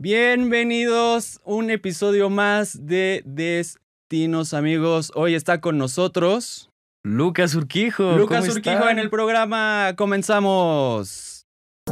Bienvenidos a un episodio más de Destinos, amigos. Hoy está con nosotros Lucas Urquijo. Lucas Urquijo en el programa. Comenzamos.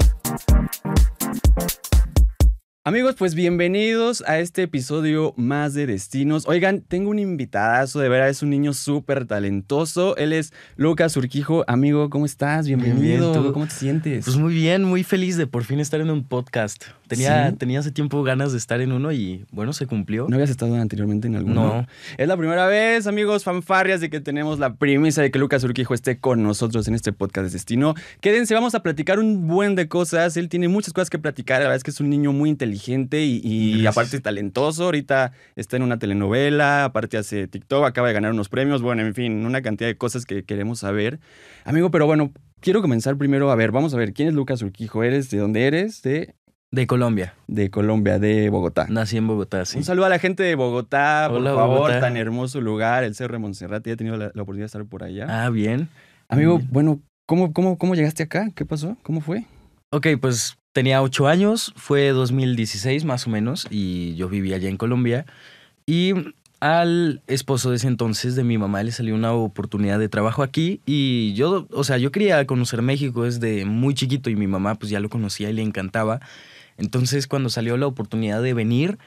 Amigos, pues bienvenidos a este episodio más de Destinos. Oigan, tengo un invitadazo, de verdad es un niño súper talentoso. Él es Lucas Urquijo. Amigo, ¿cómo estás? Bienvenido. Bien, ¿Cómo te sientes? Pues muy bien, muy feliz de por fin estar en un podcast. Tenía hace tiempo ganas de estar en uno y bueno, se cumplió. ¿No habías estado anteriormente en alguno? No. Es la primera vez, amigos, fanfarrias, de que tenemos la primicia de que Lucas Urquijo esté con nosotros en este podcast de Destino. Quédense, vamos a platicar un buen de cosas. Él tiene muchas cosas que platicar. La verdad es que es un niño muy inteligente y aparte talentoso. Ahorita está en una telenovela, aparte hace TikTok, acaba de ganar unos premios. Bueno, en fin, una cantidad de cosas que queremos saber. Amigo, pero bueno, quiero comenzar primero. A ver, vamos a ver, ¿quién es Lucas Urquijo? ¿Eres de dónde eres? De Colombia. De Colombia, de Bogotá. Nací en Bogotá, sí. Un saludo a la gente de Bogotá, Hola, por favor, Bogotá. tan hermoso lugar, el Cerro de Montserrat. Ya he tenido la oportunidad de estar por allá. Ah, bien. Amigo, Bien. bueno, ¿cómo llegaste acá? ¿Qué pasó? ¿Cómo fue? Ok, pues tenía 8 años, fue 2016 más o menos, y yo vivía allá en Colombia. Y al esposo de ese entonces de mi mamá le salió una oportunidad de trabajo aquí y yo quería conocer México desde muy chiquito y mi mamá pues ya lo conocía y le encantaba. Entonces cuando salió la oportunidad de venir,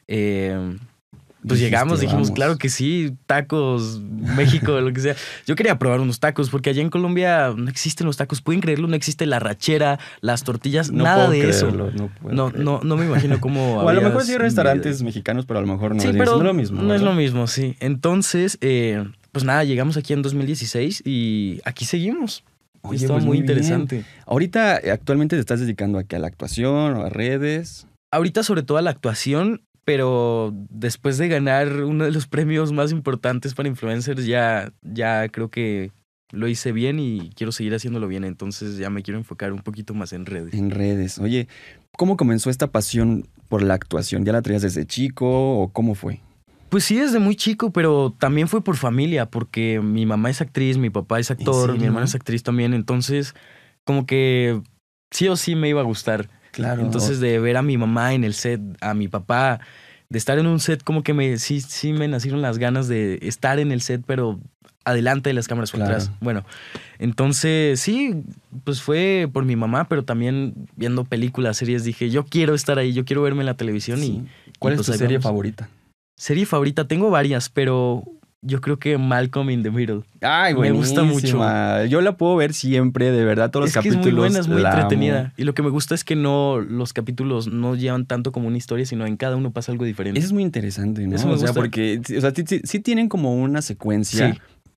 pues dijimos, vamos. claro que sí, tacos, México, lo que sea. Yo quería probar unos tacos porque allá en Colombia no existen los tacos, pueden creerlo, no existe la rachera, las tortillas, No nada puedo de eso. creerlo, no puedo creerlo. No me imagino cómo. O a lo mejor sí hay habías restaurantes vivido. mexicanos, pero a lo mejor no. Sí, es pero lo mismo. no es ¿verdad? lo mismo, sí. Entonces, pues nada, llegamos aquí en 2016 y aquí seguimos. Oye, Estaba pues muy bien. interesante. Ahorita, actualmente te estás dedicando aquí a la actuación o a redes. Ahorita sobre todo a la actuación, pero después de ganar uno de los premios más importantes para influencers, ya creo que lo hice bien y quiero seguir haciéndolo bien. Entonces ya me quiero enfocar un poquito más en redes. En redes. Oye, ¿cómo comenzó esta pasión por la actuación? ¿Ya la traías desde chico o cómo fue? Pues sí, desde muy chico, pero también fue por familia, porque mi mamá es actriz, mi papá es actor, mi serio? hermana es actriz también. Entonces, como que sí o sí me iba a gustar. Claro. Entonces, de ver a mi mamá en el set, a mi papá, de estar en un set, como que sí me nacieron las ganas de estar en el set, pero adelante de las cámaras por Claro. atrás. Bueno, entonces sí, pues fue por mi mamá, pero también viendo películas, series, dije, yo quiero estar ahí, yo quiero verme en la televisión. Sí. Y ¿Cuál pues es tu ahí serie vamos. favorita? Serie favorita, tengo varias, pero yo creo que Malcolm in the Middle. Ay, Me gusta buenísima. Yo la puedo ver siempre, de verdad, todos los Es que es capítulos. muy buena, es muy la entretenida. amo. Y lo que me gusta es que los capítulos no llevan tanto como una historia, sino en cada uno pasa algo diferente. Eso es muy interesante, ¿no? Eso me O sea, gusta. porque sí tienen como una secuencia, Sí.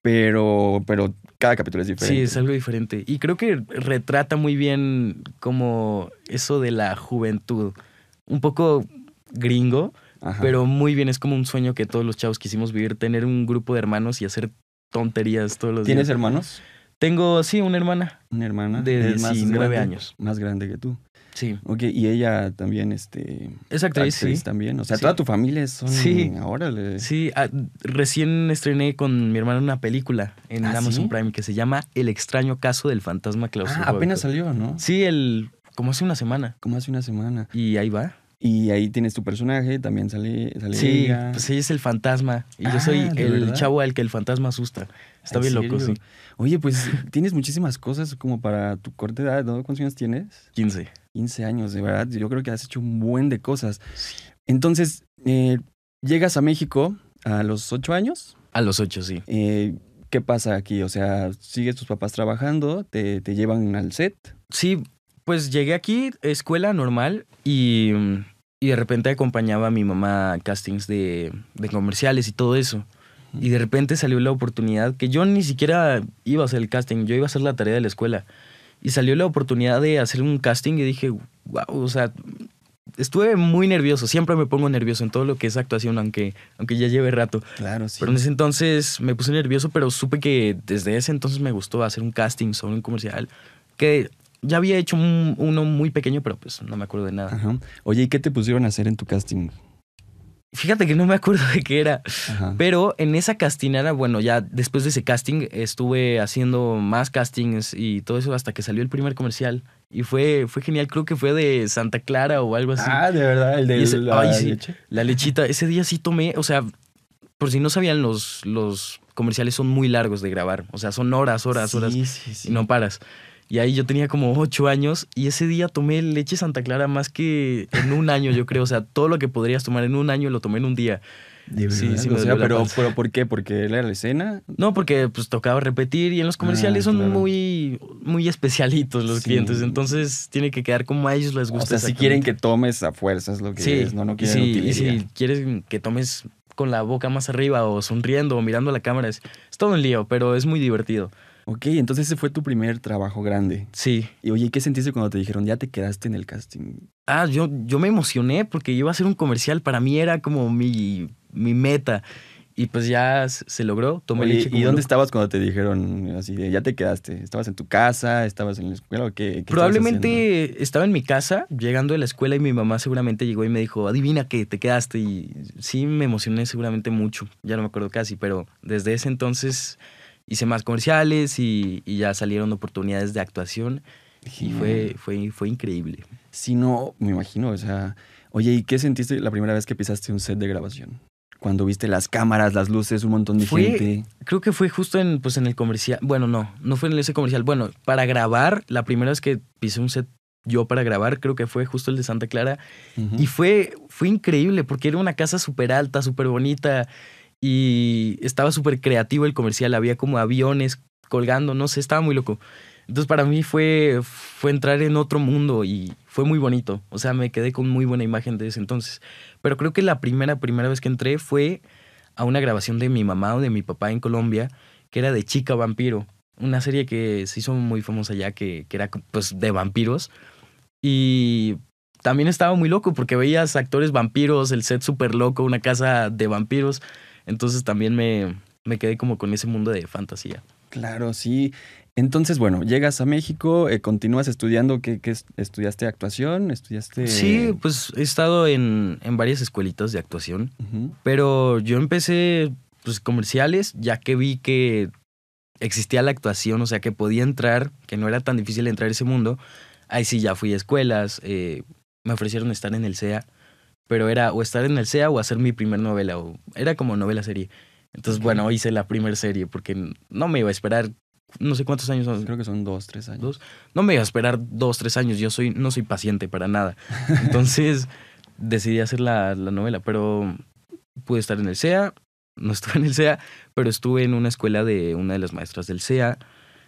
pero cada capítulo es diferente. Sí, es algo diferente. Y creo que retrata muy bien como eso de la juventud. Un poco gringo, Ajá. pero muy bien. Es como un sueño que todos los chavos quisimos vivir, tener un grupo de hermanos y hacer tonterías todos los ¿Tienes días. hermanos? Tengo, sí, una hermana ¿Una hermana? de ¿Es más 19 grande? años. Más grande que tú. Sí. Ok, y ella también, Es actriz, sí. también. O sea, Sí. toda tu familia son... Sí. Órale. Sí, recién estrené con mi hermano una película en ¿Ah, Amazon sí? Prime que se llama El extraño caso del fantasma claustrofóbico. Apenas salió, ¿no? Sí, como hace una semana. Como hace una semana. Y ahí va. Y ahí tienes tu personaje, también sale Sí, ella. pues ella es el fantasma. Y yo soy ¿de el verdad? chavo al que el fantasma asusta. Está ¿En bien loco, serio? sí. Oye, pues tienes muchísimas cosas como para tu corta edad, ¿no? ¿Cuántos años tienes? 15. 15 años, de verdad. Yo creo que has hecho un buen de cosas. Entonces, llegas a México a los 8 años. A los 8, sí. ¿Qué pasa aquí? O sea, ¿sigues tus papás trabajando? ¿Te llevan al set? Sí, pues llegué aquí, escuela normal, y de repente acompañaba a mi mamá a castings de comerciales y todo eso. Y de repente salió la oportunidad que yo ni siquiera iba a hacer el casting, yo iba a hacer la tarea de la escuela. Y salió la oportunidad de hacer un casting y dije, wow, o sea, estuve muy nervioso. Siempre me pongo nervioso en todo lo que es actuación, aunque ya lleve rato. Claro, sí. Pero en ese entonces me puse nervioso, pero supe que desde ese entonces me gustó hacer un casting sobre un comercial que ya había hecho uno muy pequeño, pero pues no me acuerdo de nada. Ajá. Oye, ¿y qué te pusieron a hacer en tu casting? Fíjate que no me acuerdo de qué era, Ajá. pero en esa castinera, bueno, ya después de ese casting estuve haciendo más castings y todo eso hasta que salió el primer comercial. Y fue genial, creo que fue de Santa Clara o algo así. Ah, de verdad, el de Y ese, ay, la sí, leche. la lechita, ese día sí tomé, o sea, por si no sabían, los comerciales son muy largos de grabar, o sea, son horas, horas, horas, Sí, sí, sí. y no paras. Y ahí yo tenía como 8 años y ese día tomé leche Santa Clara más que en un año, yo creo. O sea, todo lo que podrías tomar en un año lo tomé en un día. De Sí, verdad, sí me o sea, dolió la panza. pero ¿por qué? ¿Porque era la escena? No, porque pues tocaba repetir y en los Ah, comerciales son claro. muy especialitos los Sí. clientes. Entonces tiene que quedar como a ellos les O gusta sea, si quieren exactamente. que tomes a fuerzas lo que Sí, es, no y quieren si, y utilería. si quieres que tomes con la boca más arriba o sonriendo o mirando a la cámara, es todo un lío, pero es muy divertido. Ok, entonces ese fue tu primer trabajo grande. Sí. Y oye, ¿qué sentiste cuando te dijeron ya te quedaste en el casting? Ah, yo me emocioné porque iba a hacer un comercial. Para mí era como mi meta. Y pues ya se logró. Tomé Oye, leche ¿y como dónde loco. estabas cuando te dijeron así de ya te quedaste? ¿Estabas en tu casa? ¿Estabas en la escuela o qué estabas haciendo? Probablemente estaba en mi casa llegando de la escuela y mi mamá seguramente llegó y me dijo, adivina que te quedaste. Y sí me emocioné seguramente mucho. Ya no me acuerdo casi, pero desde ese entonces hice más comerciales y ya salieron oportunidades de actuación. Y Genial. fue increíble. Si no, me imagino, o sea, oye, ¿y qué sentiste la primera vez que pisaste un set de grabación? Cuando viste las cámaras, las luces, un montón de gente. Creo que fue justo pues en el comercial. Bueno, no fue en ese comercial. Bueno, para grabar, la primera vez que pisé un set yo para grabar, creo que fue justo el de Santa Clara. Ujú. Y fue increíble porque era una casa súper alta, súper bonita y estaba súper creativo el comercial. Había como aviones colgando, no sé, estaba muy loco. Entonces para mí fue entrar en otro mundo y fue muy bonito. O sea, me quedé con muy buena imagen de ese entonces. Pero creo que la primera vez que entré fue a una grabación de mi mamá o de mi papá en Colombia, que era de Chica Vampiro. Una serie que se hizo muy famosa allá, que era pues de vampiros. Y también estaba muy loco porque veías actores vampiros, el set súper loco, una casa de vampiros. Entonces también me quedé como con ese mundo de fantasía. Claro, sí. Entonces, bueno, llegas a México, continúas estudiando, estudiaste actuación? ¿Estudiaste...? Sí, pues he estado en varias escuelitas de actuación, Ujú. pero yo empecé pues comerciales ya que vi que existía la actuación, o sea que podía entrar, que no era tan difícil entrar a ese mundo. Ahí sí ya fui a escuelas, me ofrecieron estar en el SEA, pero era o estar en el SEA o hacer mi primer novela, o era como novela serie. Entonces, Ok. bueno, hice la primer serie porque no me iba a esperar, no sé cuántos años son, Creo que son 2, 3 años. dos, no me iba a esperar 2, 3 años, no soy paciente para nada. Entonces decidí hacer la novela, pero pude estar en el SEA, no estuve en el SEA, pero estuve en una escuela de una de las maestras del SEA.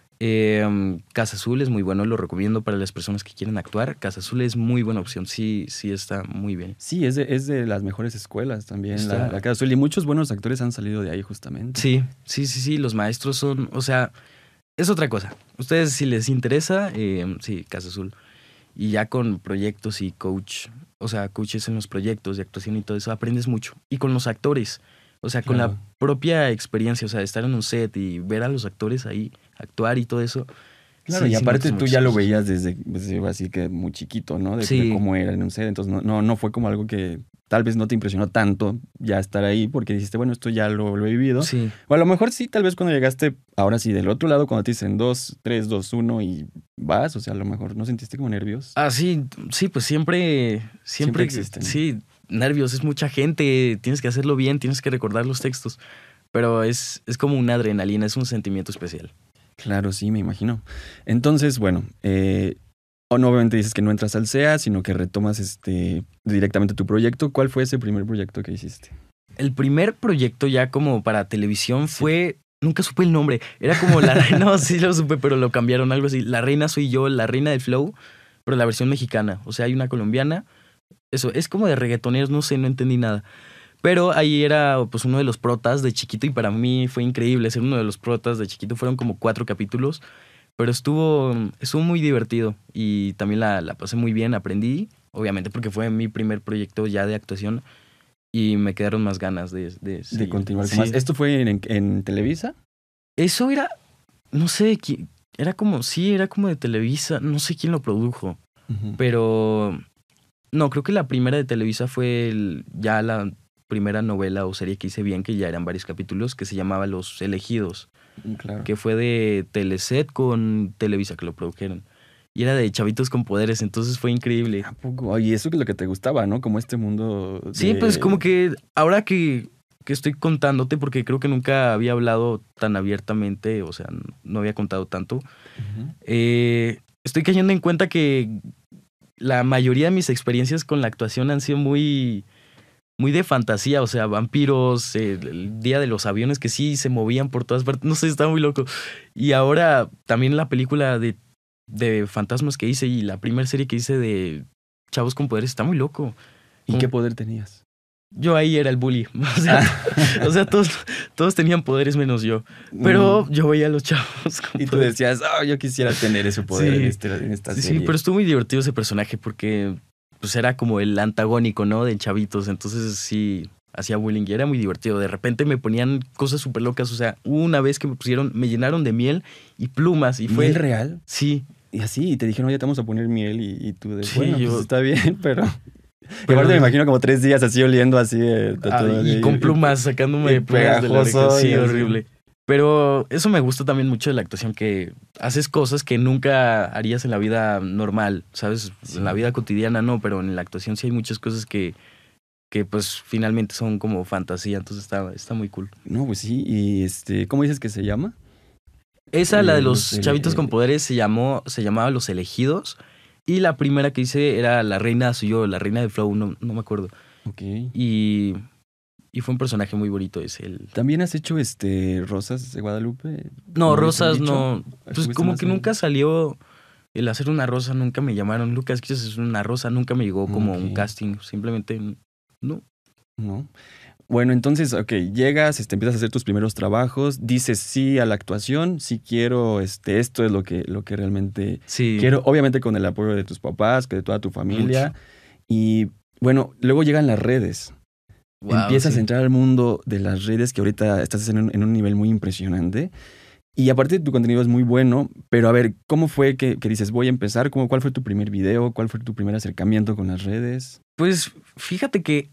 Casa Azul es muy bueno, lo recomiendo para las personas que quieren actuar. Casa Azul es muy buena opción, sí está muy bien. Sí, es de las mejores escuelas también, Está- la Casa Azul. Y muchos buenos actores han salido de ahí justamente. Sí, los maestros son, o sea, es otra cosa. Ustedes si les interesa, sí, Casa Azul. Y ya con proyectos y coach, o sea, coaches en los proyectos de actuación y todo eso, aprendes mucho. Y con los actores, o sea, con la Claro. propia experiencia, o sea, estar en un set y ver a los actores ahí actuar y todo eso. Claro, sí, y sí aparte notas tú ya muchas lo cosas. veías desde, pues, así que muy chiquito, ¿no? De Sí, cómo era en un set. Entonces no fue como algo que tal vez no te impresionó tanto ya estar ahí porque dijiste, bueno, esto ya lo he vivido. sí. O a lo mejor sí, tal vez cuando llegaste, ahora sí, del otro lado, cuando te dicen 2, 3, 2, 1 y vas, o sea, a lo mejor no sentiste como nervios. Ah, sí, pues siempre, Siempre existen. sí, nervios, es mucha gente, tienes que hacerlo bien, tienes que recordar los textos, pero es como una adrenalina, es un sentimiento especial. Claro, sí, me imagino. Entonces, bueno, o no, obviamente dices que no entras al SEA, sino que retomas directamente tu proyecto. ¿Cuál fue ese primer proyecto que hiciste? El primer proyecto ya como para televisión Sí. fue, nunca supe el nombre, era como la reina, no, sí lo supe, pero lo cambiaron, algo así, La Reina Soy Yo, La Reina del Flow, pero la versión mexicana, o sea, hay una colombiana, eso, es como de reggaetoneros, no sé, no entendí nada. Pero ahí era pues uno de los protas de chiquito y para mí fue increíble ser uno de los protas de chiquito. Fueron como 4 capítulos, pero estuvo muy divertido y también la pasé muy bien, aprendí, obviamente porque fue mi primer proyecto ya de actuación y me quedaron más ganas de De seguir. continuar con Sí. más. ¿Esto fue en Televisa? Eso era, no sé, era como de Televisa, no sé quién lo produjo, Ujú. pero no, creo que la primera de Televisa fue ya la primera novela o serie que hice bien, que ya eran varios capítulos, que se llamaba Los Elegidos, Claro. que fue de Teleset con Televisa, que lo produjeron. Y era de chavitos con poderes, entonces fue increíble. ¿A poco? Y eso es lo que te gustaba, ¿no? Como este mundo de... Sí, pues como que ahora que estoy contándote, porque creo que nunca había hablado tan abiertamente, o sea, no había contado tanto, Ujú. estoy cayendo en cuenta que la mayoría de mis experiencias con la actuación han sido muy, muy de fantasía, o sea, vampiros, el día de los aviones que sí se movían por todas partes, no sé, está muy loco. Y ahora también la película de fantasmas que hice y la primera serie que hice de chavos con poderes está muy loco. ¿Y Como- qué poder tenías? Yo ahí era el bully, o sea, todos tenían poderes menos yo, pero yo veía a los chavos con Y tú poderes. decías, yo quisiera tener ese poder Sí. en esta Sí, serie. pero estuvo muy divertido ese personaje porque pues era como el antagónico, ¿no? De chavitos, entonces sí hacía bullying y era muy divertido. De repente me ponían cosas súper locas, o sea, hubo una vez que me llenaron de miel y plumas y fue... ¿Miel real? Sí, Y así, y te dijeron, oye, te vamos a poner miel y tú de, Sí, bueno, yo- pues está bien, pero... Y Pero- aparte me imagino como 3 días así oliendo así. y con plumas, sacándome plumas de la pegajoso oreja. Sí, y así. horrible. Pero eso me gusta también mucho de la actuación, que haces cosas que nunca harías en la vida normal, ¿sabes? Sí. En la vida cotidiana no, pero en la actuación sí hay muchas cosas que pues finalmente son como fantasía, entonces está muy cool. No, pues sí, y ¿cómo dices que se llama? Esa, la de Los los chavitos con poderes, se llamaba Los Elegidos. Y la primera que hice era La Reina Suyo, la Reina de Flow, no me acuerdo. Ok. Y fue un personaje muy bonito ese. ¿También has hecho Rosas de Guadalupe? No, ¿Como dice el Rosas dicho? no. Pues ¿Estuviste como más que en- nunca salió el hacer una rosa, nunca me llamaron. Lucas, ¿quieres hacer una rosa? Nunca me llegó como un Ok. casting. Simplemente no. No. Bueno, entonces, ok, llegas, empiezas a hacer tus primeros trabajos, dices sí a la actuación, sí quiero, esto es lo que realmente Sí. quiero, obviamente con el apoyo de tus papás, que de toda tu familia. Y bueno, luego llegan las redes. Wow, Empiezas sí. a entrar al mundo de las redes, que ahorita estás en un nivel muy impresionante. Y aparte tu contenido es muy bueno, pero a ver, ¿cómo fue que dices voy a empezar? ¿Cuál fue tu primer video? ¿Cuál fue tu primer acercamiento con las redes? Pues fíjate que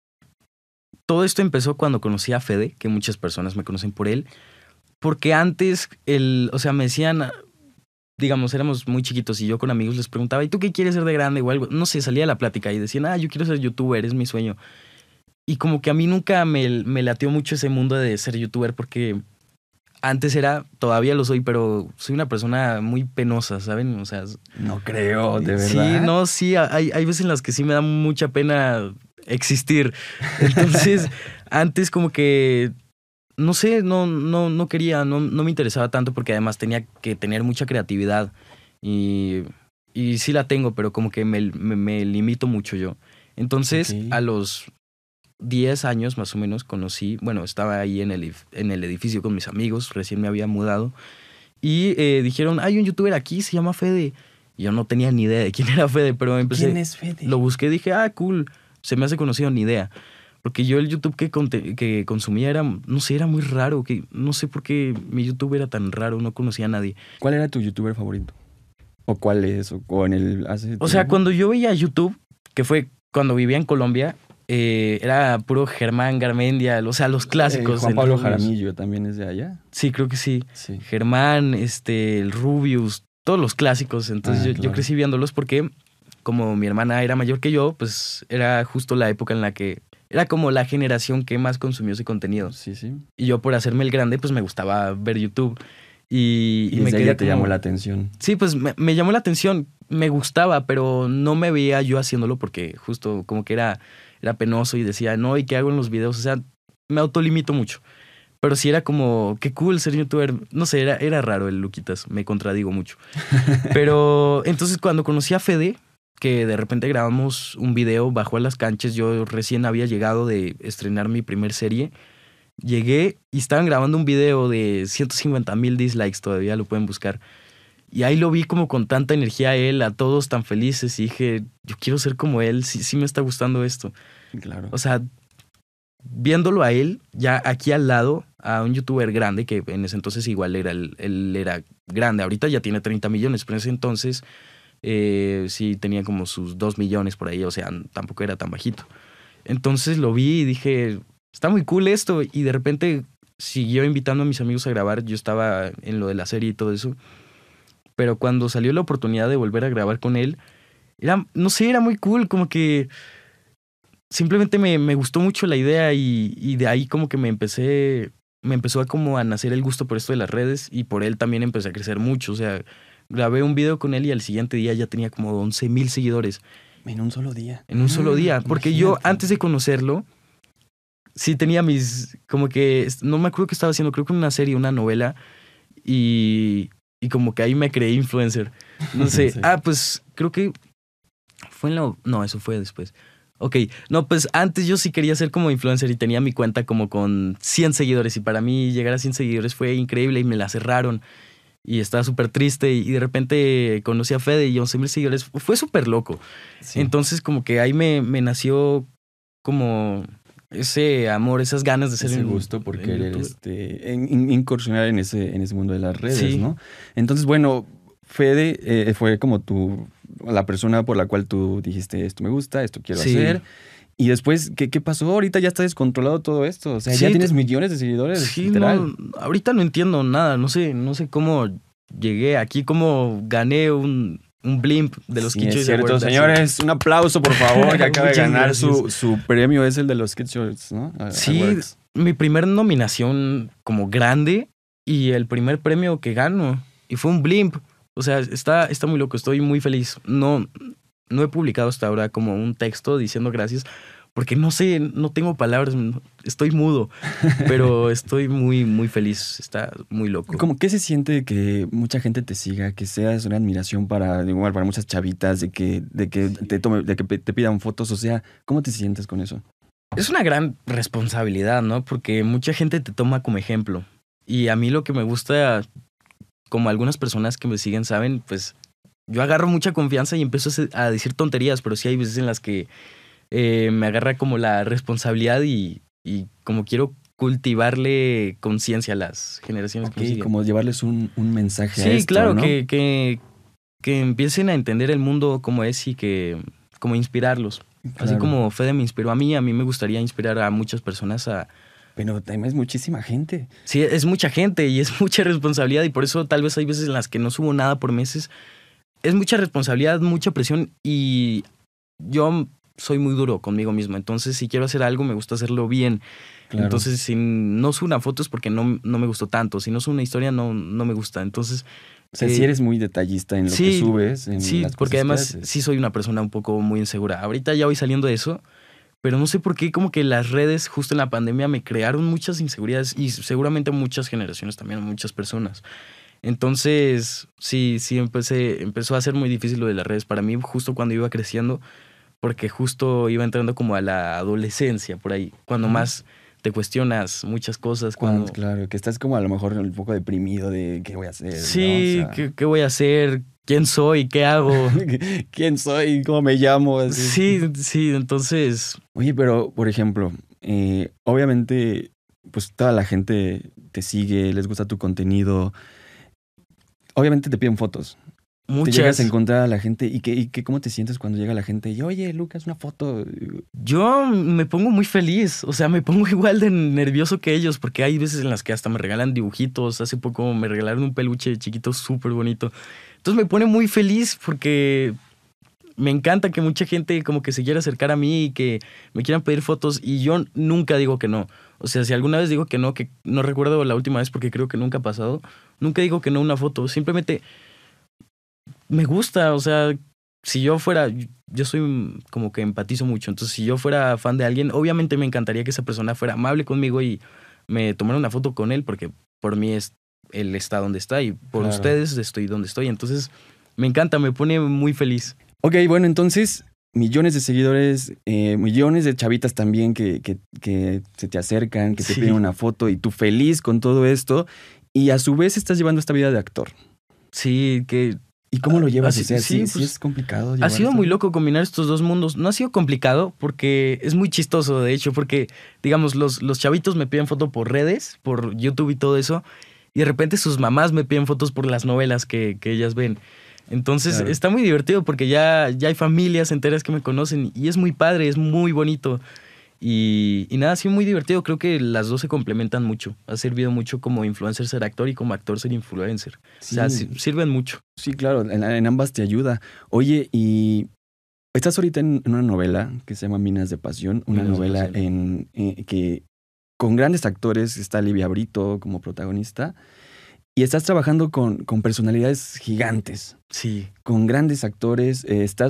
todo esto empezó cuando conocí a Fede, que muchas personas me conocen por él, porque antes, o sea, me decían, digamos, éramos muy chiquitos y yo con amigos les preguntaba, ¿y tú qué quieres ser de grande o algo? No sé, salía la plática y decían, yo quiero ser youtuber, es mi sueño. Y como que a mí nunca me latió mucho ese mundo de ser youtuber porque antes todavía lo soy, pero soy una persona muy penosa, ¿saben? O sea, No creo, de verdad. sí, no, sí, hay veces en las que sí me da mucha pena existir. Entonces, antes como que, no sé, no quería, no me interesaba tanto porque además tenía que tener mucha creatividad y sí la tengo, pero como que me limito mucho yo. Entonces, Ok. a los 10 años más o menos estaba ahí en el edificio con mis amigos, recién me había mudado y dijeron, hay un youtuber aquí, se llama Fede. Y yo no tenía ni idea de quién era Fede, pero empecé... ¿Quién es Fede? Lo busqué y dije, cool, se me hace conocido, ni idea. Porque yo el YouTube que consumía era, no sé, era muy raro. Que no sé por qué mi YouTube era tan raro, no conocía a nadie. ¿Cuál era tu youtuber favorito? ¿O cuál es? ¿O en el hace O sea, tiempo? cuando yo veía YouTube, que fue cuando vivía en Colombia, era puro Germán Garmendia, o sea, los clásicos. Juan el Pablo Rubius. Jaramillo también es de allá. Sí, creo que sí. Sí. Germán, el Rubius, todos los clásicos. Entonces yo Claro. crecí viéndolos porque como mi hermana era mayor que yo, pues era justo la época en la que era como la generación que más consumió ese contenido. Sí, sí. Y yo por hacerme el grande, pues me gustaba ver YouTube. Y Y me desde ahí quedé ya te como- llamó la atención. Sí, pues me llamó la atención, me gustaba, pero no me veía yo haciéndolo porque justo como que era penoso y decía, no, ¿y qué hago en los videos? O sea, me autolimito mucho. Pero sí era como, qué cool ser youtuber. No sé, era raro el Luquitas, me contradigo mucho. Pero entonces cuando conocí a Fede, que de repente grabamos un video, bajó a las canchas, yo recién había llegado de estrenar mi primer serie, llegué y estaban grabando un video de 150,000 dislikes, todavía lo pueden buscar. Y ahí lo vi como con tanta energía a él, a todos tan felices, y dije, yo quiero ser como él, sí me está gustando esto. Claro. O sea, viéndolo a él, ya aquí al lado, a un youtuber grande, que en ese entonces igual él era grande, ahorita ya tiene 30 millones, pero en ese entonces sí tenía como sus 2 millones por ahí, o sea, tampoco era tan bajito. Entonces lo vi y dije, está muy cool esto. Y de repente siguió invitando a mis amigos a grabar. Yo estaba en lo de la serie y todo eso. Pero cuando salió la oportunidad de volver a grabar con él, no sé, era muy cool. Como que simplemente me gustó mucho la idea y de ahí como que me empezó a como a nacer el gusto por esto de las redes y por él también empecé a crecer mucho. O sea, grabé un video con él y al siguiente día ya tenía como 11,000 seguidores. En un solo día. En un solo día. Porque imagínate. yo, antes de conocerlo, sí tenía como que, no me acuerdo qué estaba haciendo, creo que una serie, una novela, y como que ahí me creí influencer. No sé. Sí. Pues creo que fue no, eso fue después. Ok, no, pues antes yo sí quería ser como influencer y tenía mi cuenta como con 100 seguidores y para mí llegar a 100 seguidores fue increíble y me la cerraron y estaba súper triste y de repente conocí a Fede y 11,000 seguidores, fue súper loco. Sí. Entonces como que ahí me nació como ese amor, esas ganas de ser ese gusto por querer incursionar en ese mundo de las redes, Sí. ¿no? Entonces, bueno, Fede fue como la persona por la cual tú dijiste, esto me gusta, esto quiero Sí. hacer. Y después, ¿qué pasó? Ahorita ya está descontrolado todo esto. O sea, ya Sí, tienes millones de seguidores, Sí, literal. no, ahorita no entiendo nada, no sé cómo llegué aquí, cómo gané un blimp de los Sí, Kid es Choice cierto, Awards. señores, un aplauso, por favor, que acaba de Muchas ganar gracias. su premio, es el de los Kid Choice, ¿no? Sí, Awards. mi primer nominación como grande y el primer premio que gano. Y fue un blimp. O sea, está muy loco, estoy muy feliz. No he publicado hasta ahora como un texto diciendo gracias, porque no sé, no tengo palabras, estoy mudo, pero estoy muy, muy feliz, está muy loco. ¿Qué se siente que mucha gente te siga, que seas una admiración para muchas chavitas, de que te pidan fotos? O sea, ¿cómo te sientes con eso? Es una gran responsabilidad, ¿no? Porque mucha gente te toma como ejemplo. Y a mí lo que me gusta, como algunas personas que me siguen saben, pues yo agarro mucha confianza y empiezo a decir tonterías, pero sí hay veces en las que me agarra como la responsabilidad y como quiero cultivarle conciencia a las generaciones que me siguen. Como llevarles un mensaje a Sí, esto, claro, ¿no? que empiecen a entender el mundo como es y que como inspirarlos. Claro. Así como Fede me inspiró a mí me gustaría inspirar a muchas personas a... Pero también es muchísima gente. Sí, es mucha gente y es mucha responsabilidad y por eso tal vez hay veces en las que no subo nada por meses. Es mucha responsabilidad, mucha presión y yo soy muy duro conmigo mismo. Entonces, si quiero hacer algo, me gusta hacerlo bien. Claro. Entonces, si no subo una foto es porque no me gustó tanto. Si no subo una historia, no me gusta. Entonces... O sea, si eres muy detallista en lo que subes. En sí, las porque cosas además sí soy una persona un poco muy insegura. Ahorita ya voy saliendo de eso, pero no sé por qué como que las redes justo en la pandemia me crearon muchas inseguridades y seguramente muchas generaciones también, muchas personas. Entonces, sí, empezó a ser muy difícil lo de las redes para mí justo cuando iba creciendo, porque justo iba entrando como a la adolescencia por ahí, cuando más te cuestionas muchas cosas. Claro, que estás como a lo mejor un poco deprimido de qué voy a hacer. Sí, ¿no? O sea, ¿qué voy a hacer? ¿Quién soy? ¿Qué hago? ¿Quién soy? ¿Cómo me llamo? Así. Sí, entonces... Oye, pero, por ejemplo, obviamente, pues toda la gente te sigue, les gusta tu contenido. Obviamente te piden fotos. Muchas. Te llegas a encontrar a la gente y ¿cómo te sientes cuando llega la gente y oye, Lucas, una foto? Yo me pongo muy feliz, o sea, me pongo igual de nervioso que ellos porque hay veces en las que hasta me regalan dibujitos. Hace poco me regalaron un peluche chiquito súper bonito. Entonces me pone muy feliz porque me encanta que mucha gente como que se quiera acercar a mí y que me quieran pedir fotos y yo nunca digo que no. O sea, si alguna vez digo que no recuerdo la última vez porque creo que nunca ha pasado, nunca digo que no a una foto, simplemente... Me gusta, o sea, si yo fuera, yo soy como que empatizo mucho, entonces si yo fuera fan de alguien, obviamente me encantaría que esa persona fuera amable conmigo y me tomara una foto con él, porque por mí él está donde está y por ustedes estoy donde estoy, entonces me encanta, me pone muy feliz. Ok, bueno, entonces millones de seguidores, millones de chavitas también que se te acercan, que te piden una foto y tú feliz con todo esto y a su vez estás llevando esta vida de actor. Sí, que... ¿Y cómo lo llevas? Así, o sea, sí pues, es complicado. Ha sido muy loco combinar estos dos mundos. No ha sido complicado porque es muy chistoso, de hecho, porque, digamos, los chavitos me piden foto por redes, por YouTube y todo eso, y de repente sus mamás me piden fotos por las novelas que ellas ven. Entonces está muy divertido porque ya hay familias enteras que me conocen y es muy padre, es muy bonito. Y nada, ha sido muy divertido. Creo que las dos se complementan mucho. Ha servido mucho como influencer ser actor y como actor ser influencer. Sí, O sea, sirven mucho. sí, claro, en ambas te ayuda. Oye, y estás ahorita en una novela que se llama Minas de Pasión, una Minas de novela Pasión. que con grandes actores, está Livia Brito como protagonista, y estás trabajando con personalidades gigantes, Sí. con grandes actores.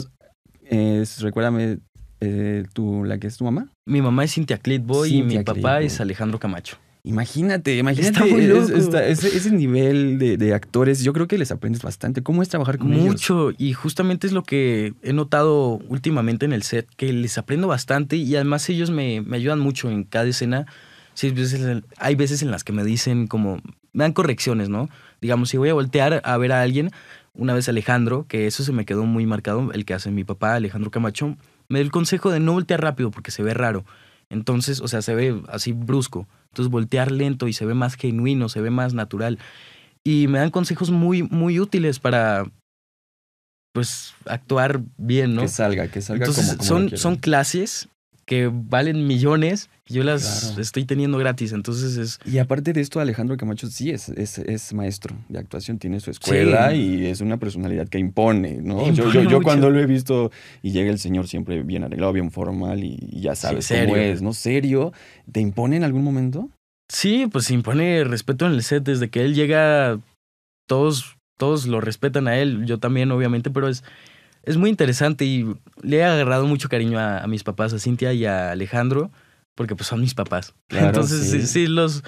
Recuérdame, la que es tu mamá. Mi mamá es Cintia Clitboy y mi Cynthia papá Clitbo. es Alejandro Camacho. Imagínate Está muy loco. ese nivel de actores, yo creo que les aprendes bastante. ¿Cómo es trabajar con ellos? Mucho, y justamente es lo que he notado últimamente en el set, que les aprendo bastante y además ellos me ayudan mucho en cada escena. Sí, hay veces en las que me dicen como, me dan correcciones, ¿no? Digamos, si voy a voltear a ver a alguien, una vez Alejandro, que eso se me quedó muy marcado, el que hace mi papá, Alejandro Camacho, me dio el consejo de no voltear rápido porque se ve raro. Entonces, o sea, se ve así brusco. Entonces voltear lento y se ve más genuino, se ve más natural. Y me dan consejos muy, muy útiles para, pues, actuar bien, ¿no? Que salga Entonces, como lo son quieren. clases que valen millones y yo las Claro. estoy teniendo gratis. Entonces es... Y aparte de esto, Alejandro Camacho sí es maestro de actuación, tiene su escuela Sí. y es una personalidad que impone, ¿no? Impone Yo mucho. cuando lo he visto y llega el señor siempre bien arreglado, bien formal y ya sabes cómo serio. es, ¿no? Serio. ¿Te impone en algún momento? Sí, pues impone respeto en el set. Desde que él llega, todos lo respetan a él. Yo también, obviamente, pero es muy interesante y le he agarrado mucho cariño a mis papás, a Cintia y a Alejandro, porque pues son mis papás. Claro, Entonces sí. sí,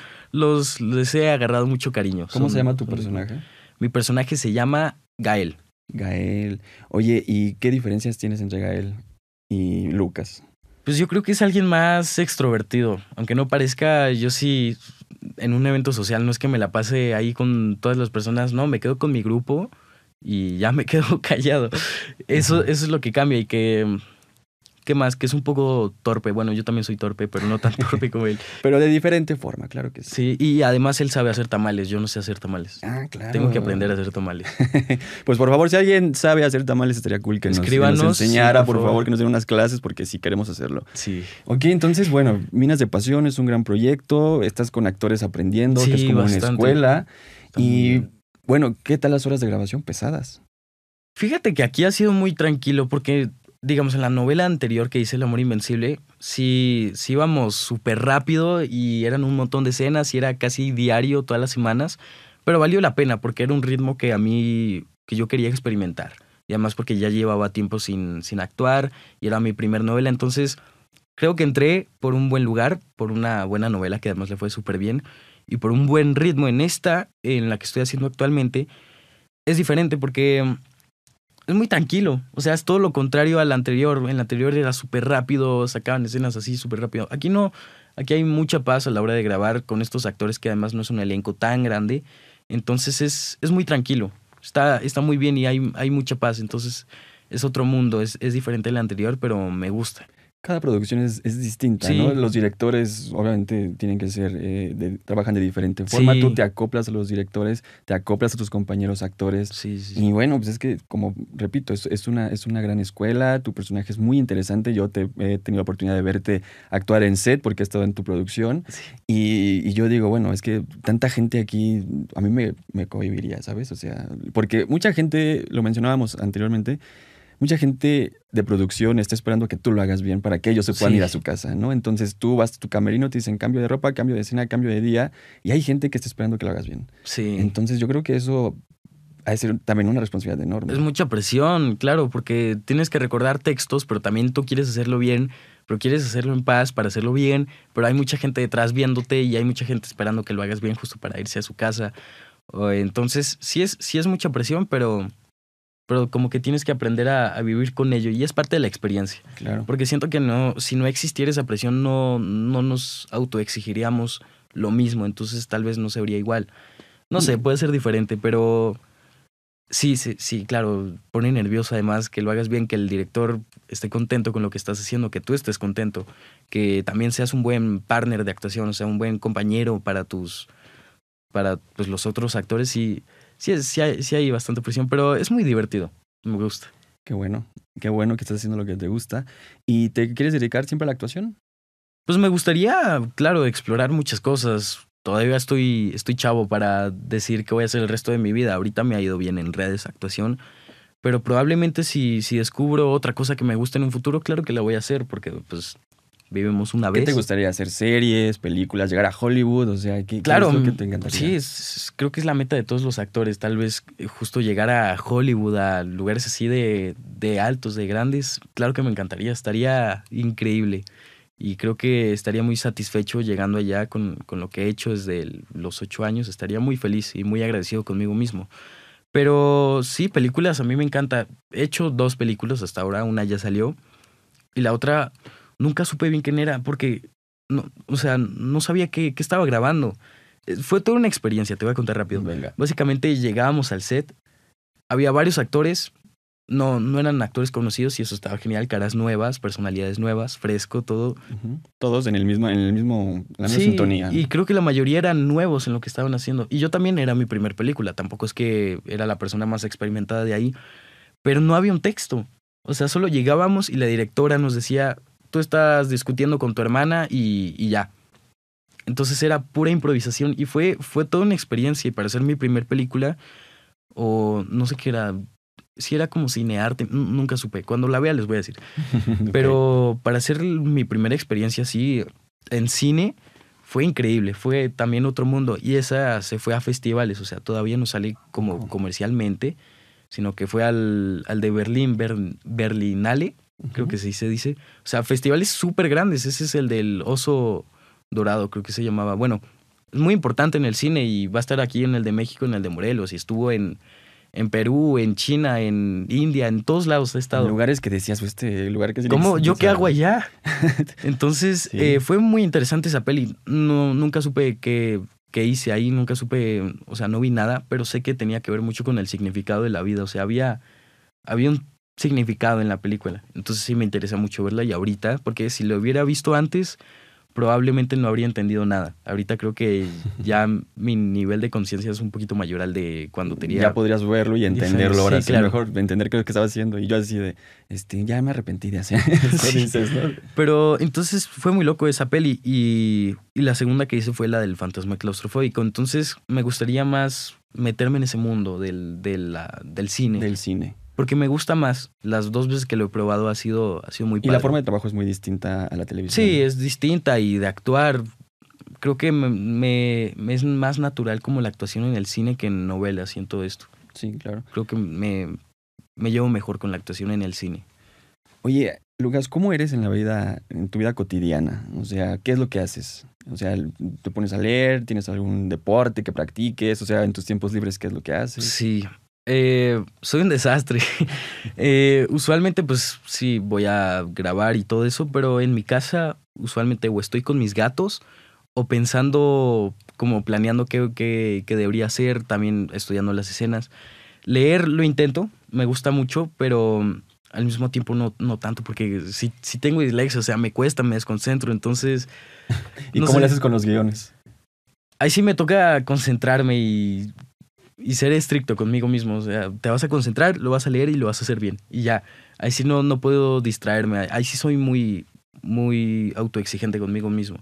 les he agarrado mucho cariño. ¿Cómo se llama tu son mis personaje? papás. Mi personaje se llama Gael. Gael. Oye, ¿y qué diferencias tienes entre Gael y Lucas? Pues yo creo que es alguien más extrovertido. Aunque no parezca, yo sí, en un evento social, no es que me la pase ahí con todas las personas, no, me quedo con mi grupo y ya me quedo callado. Eso es lo que cambia y que... ¿Qué más? Que es un poco torpe. Bueno, yo también soy torpe, pero no tan torpe como él. Pero de diferente forma, claro que sí. Sí, y además él sabe hacer tamales. Yo no sé hacer tamales. Ah, claro. Tengo que aprender a hacer tamales. Pues por favor, si alguien sabe hacer tamales, estaría cool que Escríbanos, nos enseñara, sí, por favor, que nos den unas clases, porque sí queremos hacerlo. Sí. Ok, entonces, bueno, Minas de Pasión es un gran proyecto, estás con actores aprendiendo, que es Sí, como bastante. una escuela. Está muy Y bien. bueno, ¿qué tal las horas de grabación pesadas? Fíjate que aquí ha sido muy tranquilo porque, digamos, en la novela anterior que hice El Amor Invencible, sí íbamos súper rápido y eran un montón de escenas y era casi diario todas las semanas, pero valió la pena porque era un ritmo que que yo quería experimentar. Y además porque ya llevaba tiempo sin actuar y era mi primer novela, entonces creo que entré por un buen lugar, por una buena novela que además le fue súper bien y por un buen ritmo. En esta, en la que estoy haciendo actualmente, es diferente porque es muy tranquilo. O sea, es todo lo contrario a la anterior. En la anterior era súper rápido, sacaban escenas así súper rápido. Aquí no, aquí hay mucha paz a la hora de grabar con estos actores que además no es un elenco tan grande. Entonces es muy tranquilo. Está muy bien y hay mucha paz. Entonces es otro mundo, es diferente al anterior, pero me gusta. Cada producción es distinta, Sí. ¿no? Los directores obviamente tienen que ser, trabajan de diferente forma. Sí. Tú te acoplas a los directores, te acoplas a tus compañeros actores. Sí. Y bueno, pues es que, como repito, es una gran escuela, tu personaje es muy interesante. Yo he tenido la oportunidad de verte actuar en set porque he estado en tu producción. Sí. Y yo digo, bueno, es que tanta gente aquí, a mí me cohibiría, ¿sabes? O sea, porque mucha gente, lo mencionábamos anteriormente, mucha gente de producción está esperando que tú lo hagas bien para que ellos se puedan Sí. ir a su casa, ¿no? Entonces tú vas a tu camerino, te dicen cambio de ropa, cambio de escena, cambio de día, y hay gente que está esperando que lo hagas bien. Sí. Entonces yo creo que eso ha de ser también una responsabilidad enorme. Es mucha presión, claro, porque tienes que recordar textos, pero también tú quieres hacerlo bien, pero quieres hacerlo en paz para hacerlo bien, pero hay mucha gente detrás viéndote y hay mucha gente esperando que lo hagas bien justo para irse a su casa. Entonces, sí es mucha presión, pero como que tienes que aprender a vivir con ello y es parte de la experiencia. Claro. Porque siento que si no existiera esa presión, no nos autoexigiríamos lo mismo, entonces tal vez no se vería igual. No sé, puede ser diferente, pero sí, claro, pone nervioso además que lo hagas bien, que el director esté contento con lo que estás haciendo, que tú estés contento, que también seas un buen partner de actuación, o sea, un buen compañero para pues, los otros actores. Sí hay bastante presión, pero es muy divertido, me gusta. Qué bueno que estás haciendo lo que te gusta. ¿Y te quieres dedicar siempre a la actuación? Pues me gustaría, claro, explorar muchas cosas. Todavía estoy chavo para decir qué voy a hacer el resto de mi vida. Ahorita me ha ido bien en redes, actuación. Pero probablemente si descubro otra cosa que me guste en un futuro, claro que la voy a hacer porque pues vivimos una ¿Qué vez. te gustaría hacer? ¿Series, películas, llegar a Hollywood? O sea, Claro, ¿qué es lo que te encantaría? sí, creo que es la meta de todos los actores. Tal vez justo llegar a Hollywood, a lugares así de altos, de grandes. Claro que me encantaría, estaría increíble. Y creo que estaría muy satisfecho llegando allá con lo que he hecho desde los 8 años. Estaría muy feliz y muy agradecido conmigo mismo. Pero sí, películas a mí me encanta. He hecho 2 películas hasta ahora, una ya salió y la otra nunca supe bien quién era porque no, o sea, no sabía qué estaba grabando. Fue toda una experiencia, te voy a contar rápido. Venga. Básicamente llegábamos al set, había varios actores, no eran actores conocidos y eso estaba genial, caras nuevas, personalidades nuevas, fresco, todo. Ujú. Todos en la misma Sí, sintonía, ¿no? y creo que la mayoría eran nuevos en lo que estaban haciendo. Y yo también era mi primer película, tampoco es que era la persona más experimentada de ahí, pero no había un texto. O sea, solo llegábamos y la directora nos decía, tú estás discutiendo con tu hermana y ya. Entonces era pura improvisación y fue toda una experiencia. Y para hacer mi primer película, o no sé qué era, si era como cinearte, nunca supe. Cuando la vea les voy a decir. Ok. Pero para hacer mi primera experiencia así en cine fue increíble, fue también otro mundo y esa se fue a festivales, o sea, todavía no sale como comercialmente, sino que fue al de Berlín, Berlinale, creo que sí se dice, o sea, festivales súper grandes, ese es el del Oso Dorado, creo que se llamaba, bueno, es muy importante en el cine y va a estar aquí en el de México, en el de Morelos y estuvo en Perú, en China, en India, en todos lados ha estado. En lugares que decías, este lugar que sí ¿Cómo? ¿Yo qué hago allá? allá? Entonces, Sí. fue muy interesante esa peli. No, nunca supe qué hice ahí, nunca supe, o sea, no vi nada, pero sé que tenía que ver mucho con el significado de la vida. O sea, había un significado en la película. Entonces sí me interesa mucho verla y ahorita, porque si lo hubiera visto antes, probablemente no habría entendido nada. Ahorita creo que ya mi nivel de conciencia es un poquito mayor al de cuando tenía... Ya podrías verlo y entenderlo ahora Sí, sí, claro. mejor entender qué es lo que estaba haciendo. Y yo así de, ya me arrepentí de hacer eso, Sí. dices, ¿no? Pero entonces fue muy loco esa peli y la segunda que hice fue la del fantasma claustrofóbico. Entonces me gustaría más meterme en ese mundo del cine. Del cine. Porque me gusta más. Las 2 veces que lo he probado ha sido muy padre. Y la forma de trabajo es muy distinta a la televisión. Sí, es distinta y de actuar. Creo que me es más natural como la actuación en el cine que en novelas y en todo esto. Sí, claro. Creo que me llevo mejor con la actuación en el cine. Oye, Lucas, ¿cómo eres en tu vida cotidiana? O sea, ¿qué es lo que haces? O sea, ¿te pones a leer? ¿Tienes algún deporte que practiques? O sea, en tus tiempos libres, ¿qué es lo que haces? Sí, soy un desastre. Usualmente, pues sí, voy a grabar y todo eso, pero en mi casa, usualmente o estoy con mis gatos o pensando, como planeando qué debería hacer, también estudiando las escenas. Leer lo intento, me gusta mucho, pero al mismo tiempo no tanto, porque si tengo dislexia, o sea, me cuesta, me desconcentro, entonces... ¿Y no cómo sé. le haces con los guiones? Ahí sí me toca concentrarme y ser estricto conmigo mismo. O sea, te vas a concentrar, lo vas a leer y lo vas a hacer bien. Y ya. Ahí sí no puedo distraerme. Ahí sí soy muy autoexigente conmigo mismo.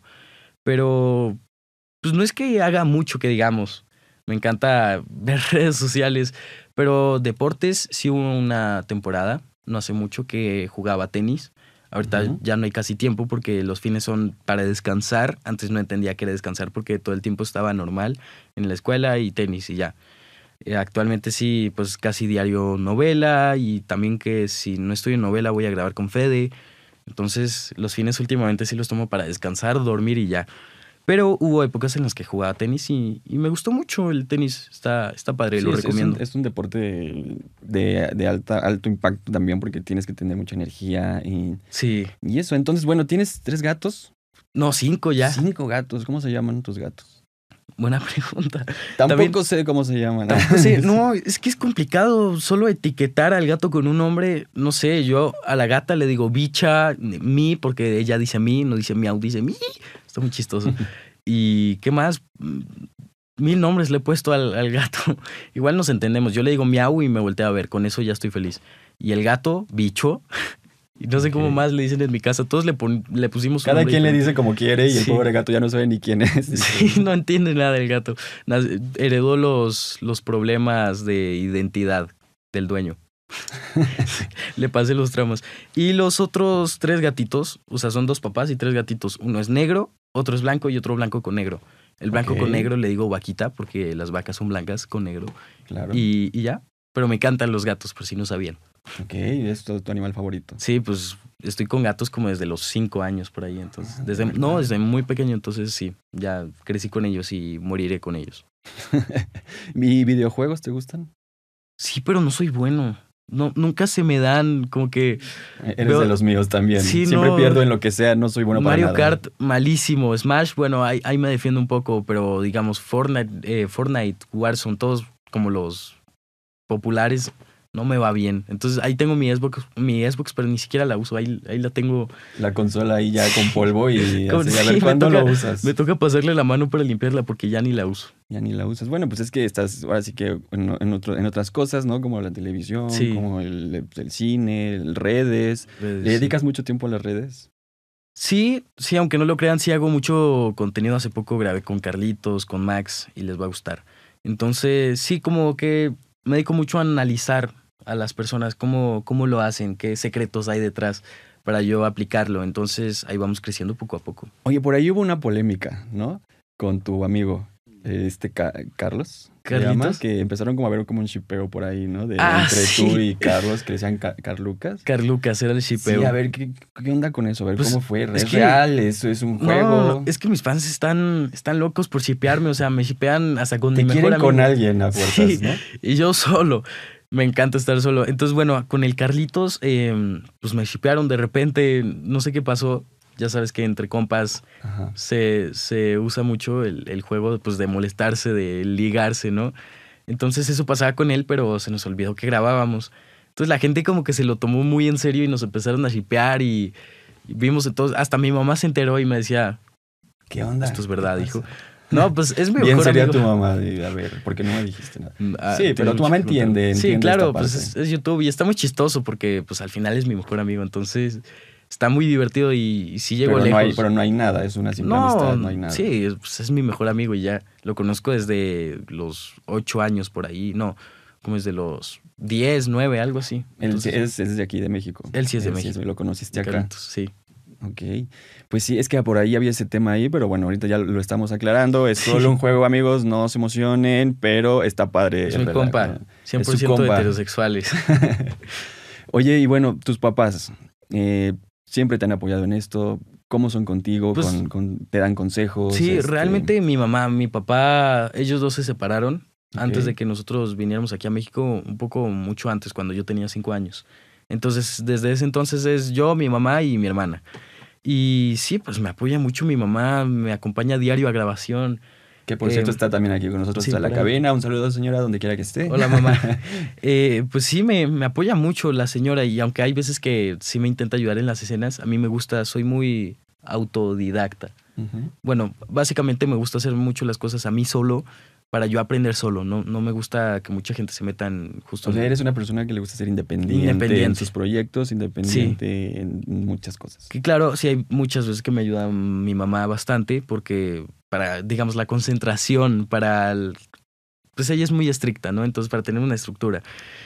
Pero, pues no es que haga mucho que digamos. Me encanta ver redes sociales. Pero deportes, sí hubo una temporada, no hace mucho, que jugaba tenis. Ahorita ya no hay casi tiempo porque los fines son para descansar. Antes no entendía que era descansar porque todo el tiempo estaba normal en la escuela y tenis y ya. Actualmente sí, pues casi diario novela y también que si no estoy en novela voy a grabar con Fede. Entonces los fines últimamente sí los tomo para descansar, dormir y ya. Pero hubo épocas en las que jugaba tenis y me gustó mucho el tenis. Está padre, Sí, lo recomiendo. Es un deporte de alto impacto también porque tienes que tener mucha energía Sí. y eso. Entonces, bueno, ¿tienes 3 gatos? No, 5 ya. 5 gatos. ¿Cómo se llaman tus gatos? Buena pregunta. Tampoco También, sé cómo se llaman. sí, no, es que es complicado solo etiquetar al gato con un nombre. No sé, yo a la gata le digo bicha, mi, porque ella dice mi, no dice miau, dice mi. Está muy chistoso. ¿Y qué más? 1000 nombres le he puesto al gato. Igual nos entendemos. Yo le digo miau y me voltea a ver. Con eso ya estoy feliz. Y el gato, bicho. Y no sé cómo más le dicen en mi casa. Todos le pusimos su Cada nombre quien le diferente. dice como quiere y el Sí. pobre gato ya no sabe ni quién es. Sí, no entiende nada del gato. Heredó los problemas de identidad del dueño. Le pasé los traumas. Y los otros 3 gatitos, o sea, son 2 papás y 3 gatitos. Uno es negro, otro es blanco y otro blanco con negro. El blanco Ok. con negro le digo vaquita porque las vacas son blancas con negro. Claro. Y ya. Pero me encantan los gatos, por si no sabían. Ok, es tu animal favorito. Sí, pues estoy con gatos como desde los 5 años por ahí. Entonces, Ah, ¿de verdad? desde muy pequeño. Entonces sí, ya crecí con ellos y moriré con ellos. ¿Y videojuegos te gustan? Sí, pero no soy bueno. No, nunca se me dan como que Eres Veo- de los míos también. Sí, Siempre no. pierdo en lo que sea, no soy bueno para Mario nada. Kart, malísimo. Smash, bueno, ahí me defiendo un poco, pero digamos Fortnite, Warzone, todos como los populares, no me va bien. Entonces ahí tengo mi Xbox, pero ni siquiera la uso. Ahí la tengo. La consola ahí ya con polvo y Como- así, a sí, ver me cuándo toca- lo usas. Me toca pasarle la mano para limpiarla porque ya ni la uso. Ya ni la usas. Bueno, pues es que estás ahora sí que en otras cosas, ¿no? Como la televisión, Sí. como el cine, redes. ¿Le Sí. dedicas mucho tiempo a las redes? Sí, aunque no lo crean, sí hago mucho contenido. Hace poco grabé con Carlitos, con Max, y les va a gustar. Entonces, sí, como que me dedico mucho a analizar a las personas, cómo lo hacen, qué secretos hay detrás para yo aplicarlo. Entonces, ahí vamos creciendo poco a poco. Oye, por ahí hubo una polémica, ¿no? Con tu amigo, Carlos. ¿Se llama? ¿Carlitos? Que empezaron como a ver como un shipeo por ahí, ¿no? Ah, Entre sí. tú y Carlos, que le decían Carlucas. Carlucas era el shipeo. Sí, a ver, ¿qué onda con eso? A ver, Pues, ¿cómo fue? es ¿Es que- real? ¿Eso es un juego? No, es que mis fans están locos por shipearme. O sea, me shipean hasta con Te mi mejor quieren amigo. con alguien a fuerzas, Sí. ¿no? Y yo solo. Me encanta estar solo. Entonces, bueno, con el Carlitos, pues me shipearon de repente. No sé qué pasó. Ya sabes que entre compas Ajá. se usa mucho el juego pues, de molestarse, de ligarse, ¿no? Entonces eso pasaba con él, pero se nos olvidó que grabábamos. Entonces la gente como que se lo tomó muy en serio y nos empezaron a shipear y vimos entonces, hasta mi mamá se enteró y me decía, ¿Qué onda? esto es verdad, ¿Qué hijo. pasa? No, pues es mi Bien mejor sería amigo. tu mamá. A ver, ¿por qué no me dijiste nada? Ah, Sí, tiene pero tu mucho mamá que contar. entiende Sí, claro, esta pues parte. es YouTube y está muy chistoso porque pues al final es mi mejor amigo, entonces está muy divertido y sí llego Pero lejos. no hay nada, es una simple amistad, no hay nada. Sí, pues es mi mejor amigo y ya lo conozco desde los 8 años por ahí, no, como desde los 10, 9, algo así. Él Entonces, es de aquí, de México. Él sí es de México. Lo conociste acá. Carlitos, sí. Ok. Pues sí, es que por ahí había ese tema ahí, pero bueno, ahorita ya lo estamos aclarando. Es Sí. solo un juego, amigos, no se emocionen, pero está padre. Es el mi relajo. compa, Es su 100% compa. heterosexuales. Oye, y bueno, tus papás siempre te han apoyado en esto. ¿Cómo son contigo? Pues, ¿Te dan consejos? Sí, realmente mi mamá, mi papá, ellos dos se separaron antes Ok. de que nosotros viniéramos aquí a México, un poco mucho antes, cuando yo tenía 5 años. Entonces, desde ese entonces es yo, mi mamá y mi hermana. Y sí, pues me apoya mucho mi mamá, me acompaña a diario a grabación. Que por cierto está también aquí con nosotros sí, hasta la por ahí. cabina. Un saludo, señora, donde quiera que esté. Hola, mamá. Pues sí, me apoya mucho la señora y aunque hay veces que sí me intenta ayudar en las escenas, a mí me gusta, soy muy autodidacta. Ujú. Bueno, básicamente me gusta hacer mucho las cosas a mí solo para yo aprender solo. No me gusta que mucha gente se meta en justo... O sea, eres una persona que le gusta ser independiente, Independiente. en sus proyectos, independiente en muchas cosas. Que claro, sí hay muchas veces que me ayuda mi mamá bastante porque para, digamos, la concentración, pues ella es muy estricta, ¿no? Entonces, para tener una estructura.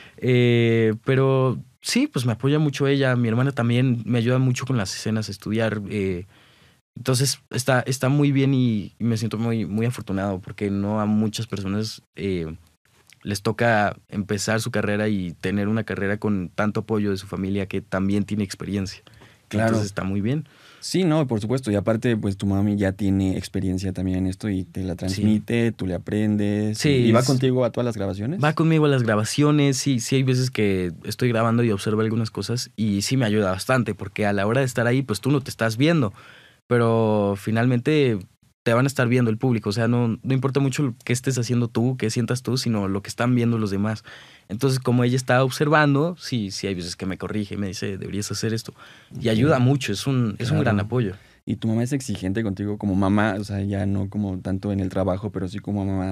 Pero sí, pues me apoya mucho ella. Mi hermana también me ayuda mucho con las escenas, a estudiar. Entonces, está muy bien y me siento muy, muy afortunado porque no a muchas personas les toca empezar su carrera y tener una carrera con tanto apoyo de su familia que también tiene experiencia. Claro. Entonces está muy bien. Sí, no, por supuesto. Y aparte, pues tu mami ya tiene experiencia también en esto y te la transmite, tú le aprendes. Sí, ¿Y va es- contigo a todas las grabaciones? Va conmigo a las grabaciones, sí hay veces que estoy grabando y observo algunas cosas y sí me ayuda bastante porque a la hora de estar ahí, pues tú no te estás viendo, pero finalmente te van a estar viendo el público, o sea, no importa mucho qué estés haciendo tú, qué sientas tú, sino lo que están viendo los demás. Entonces, como ella está observando, sí hay veces que me corrige y me dice, deberías hacer esto. Y ayuda mucho, es un Claro. gran apoyo. ¿Y tu mamá es exigente contigo como mamá? O sea, ya no como tanto en el trabajo, pero sí como mamá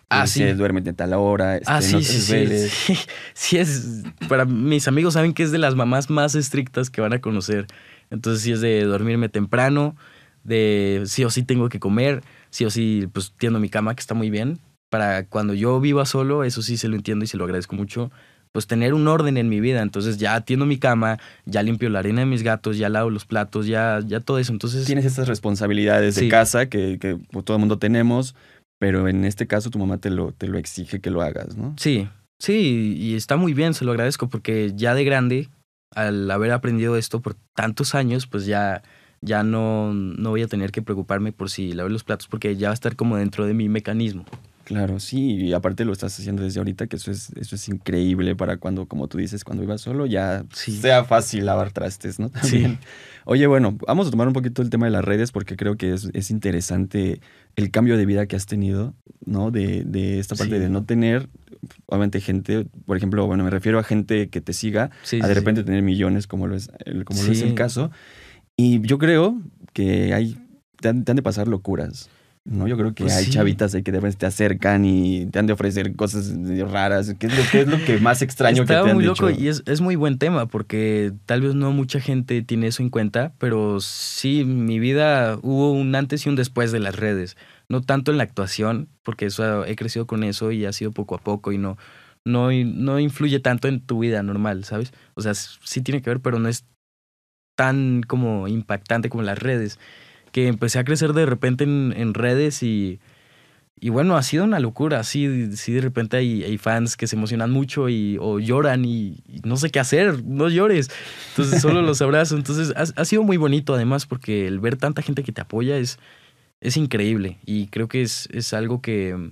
Dice, duérmete a tal hora, no te desveles. Sí, para mis amigos saben que es de las mamás más estrictas que van a conocer. Entonces sí es de dormirme temprano, de sí o sí tengo que comer, sí o sí pues tiendo mi cama, que está muy bien. Para cuando yo viva solo, eso sí se lo entiendo y se lo agradezco mucho, pues tener un orden en mi vida. Entonces ya tiendo mi cama, ya limpio la arena de mis gatos, ya lavo los platos, ya todo eso. Entonces tienes estas responsabilidades de casa que todo el mundo tenemos, pero en este caso tu mamá te lo exige que lo hagas, ¿no? Sí, y está muy bien, se lo agradezco, porque ya de grande, al haber aprendido esto por tantos años, pues ya no voy a tener que preocuparme por si lavar los platos, porque ya va a estar como dentro de mi mecanismo. Claro, sí, y aparte lo estás haciendo desde ahorita, que eso es increíble para cuando, como tú dices, cuando vivas solo ya sea fácil lavar trastes, ¿no? También. Sí. Oye, bueno, vamos a tomar un poquito el tema de las redes porque creo que es interesante el cambio de vida que has tenido, ¿no? De esta parte de no tener, obviamente, gente, por ejemplo, bueno, me refiero a gente que te siga, a de repente tener millones, como lo es el caso. Y yo creo que te han de pasar locuras. No, yo creo que hay chavitas ahí que de repente te acercan y te han de ofrecer cosas raras. ¿Qué es lo que más extraño que te han dicho? Estaba muy loco y es muy buen tema porque tal vez no mucha gente tiene eso en cuenta, pero sí, en mi vida hubo un antes y un después de las redes. No tanto en la actuación, porque eso he crecido con eso y ha sido poco a poco y no influye tanto en tu vida normal, ¿sabes? O sea, sí tiene que ver, pero no es tan como impactante como las redes. Que empecé a crecer de repente en redes y bueno, ha sido una locura. Sí, de repente hay fans que se emocionan mucho o lloran y no sé qué hacer, no llores. Entonces solo los abrazo. Entonces ha sido muy bonito además porque el ver tanta gente que te apoya es increíble y creo que es algo que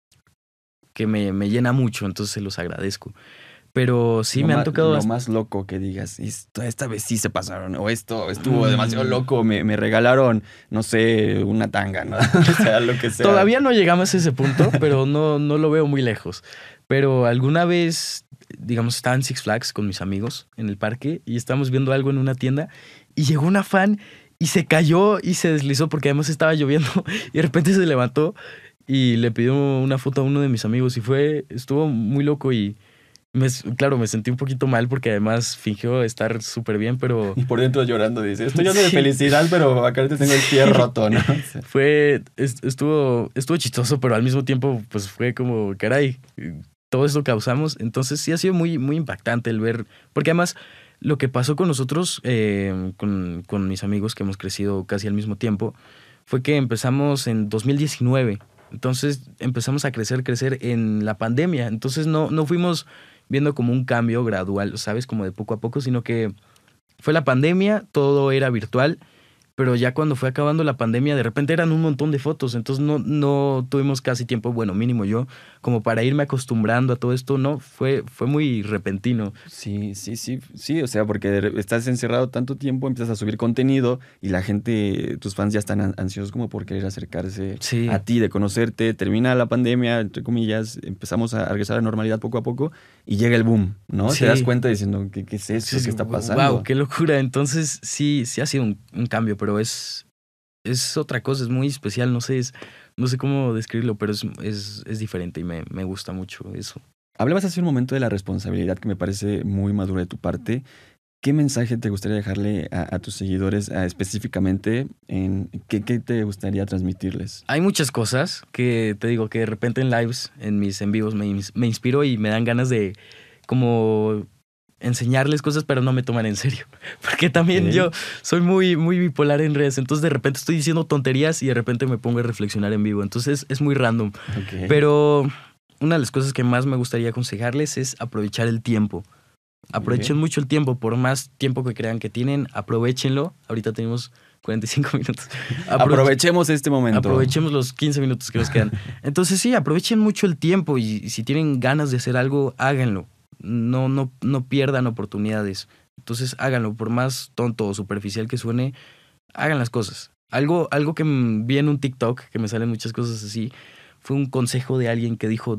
me llena mucho, entonces se los agradezco. Pero sí me han tocado... Lo más loco que digas, esta vez sí se pasaron, o esto estuvo demasiado loco, me regalaron, no sé, una tanga, ¿no? O sea, lo que sea. Todavía no llegamos a ese punto, pero no lo veo muy lejos. Pero alguna vez, digamos, estaba en Six Flags con mis amigos en el parque y estábamos viendo algo en una tienda y llegó una fan y se cayó y se deslizó porque además estaba lloviendo y de repente se levantó y le pidió una foto a uno de mis amigos y estuvo muy loco y... Claro, me sentí un poquito mal porque además fingió estar súper bien, pero... Y por dentro llorando dice, estoy llorando de felicidad, pero acá te tengo el pie roto, ¿no? Estuvo chistoso, pero al mismo tiempo pues fue como, caray, todo esto causamos. Entonces sí ha sido muy, muy impactante el ver, porque además lo que pasó con nosotros, con mis amigos que hemos crecido casi al mismo tiempo, fue que empezamos en 2019. Entonces empezamos a crecer en la pandemia. Entonces no fuimos viendo como un cambio gradual, ¿sabes? Como de poco a poco, sino que fue la pandemia, todo era virtual, pero ya cuando fue acabando la pandemia, de repente eran un montón de fotos, entonces no tuvimos casi tiempo, bueno, mínimo yo, como para irme acostumbrando a todo esto, ¿no? Fue muy repentino. Sí, o sea, porque estás encerrado tanto tiempo, empiezas a subir contenido y la gente, tus fans ya están ansiosos como por querer acercarse a ti, de conocerte, termina la pandemia, entre comillas, empezamos a regresar a la normalidad poco a poco y llega el boom, ¿no? Te das cuenta diciendo, ¿qué es esto? ¿Qué está pasando? Wow, qué locura. Entonces sí ha sido un cambio, pero es otra cosa, es muy especial, no sé cómo describirlo, pero es diferente y me gusta mucho eso. Hablabas hace un momento de la responsabilidad que me parece muy madura de tu parte. ¿Qué mensaje te gustaría dejarle a tus seguidores específicamente? ¿Qué te gustaría transmitirles? Hay muchas cosas que te digo que de repente en lives, en mis en vivos, me inspiro y me dan ganas de como enseñarles cosas, pero no me toman en serio. Porque también yo soy muy, muy bipolar en redes. Entonces de repente estoy diciendo tonterías y de repente me pongo a reflexionar en vivo. Entonces es muy random. Pero una de las cosas que más me gustaría aconsejarles es aprovechar el tiempo. Aprovechen mucho el tiempo. Por más tiempo que crean que tienen, aprovéchenlo. Ahorita tenemos 45 minutos. Aprovechemos este momento. Aprovechemos los 15 minutos que nos quedan. Entonces sí, aprovechen mucho el tiempo y si tienen ganas de hacer algo, háganlo. No pierdan oportunidades. Entonces háganlo, por más tonto o superficial que suene, hagan las cosas. Algo que vi en un TikTok, que me salen muchas cosas así, fue un consejo de alguien que dijo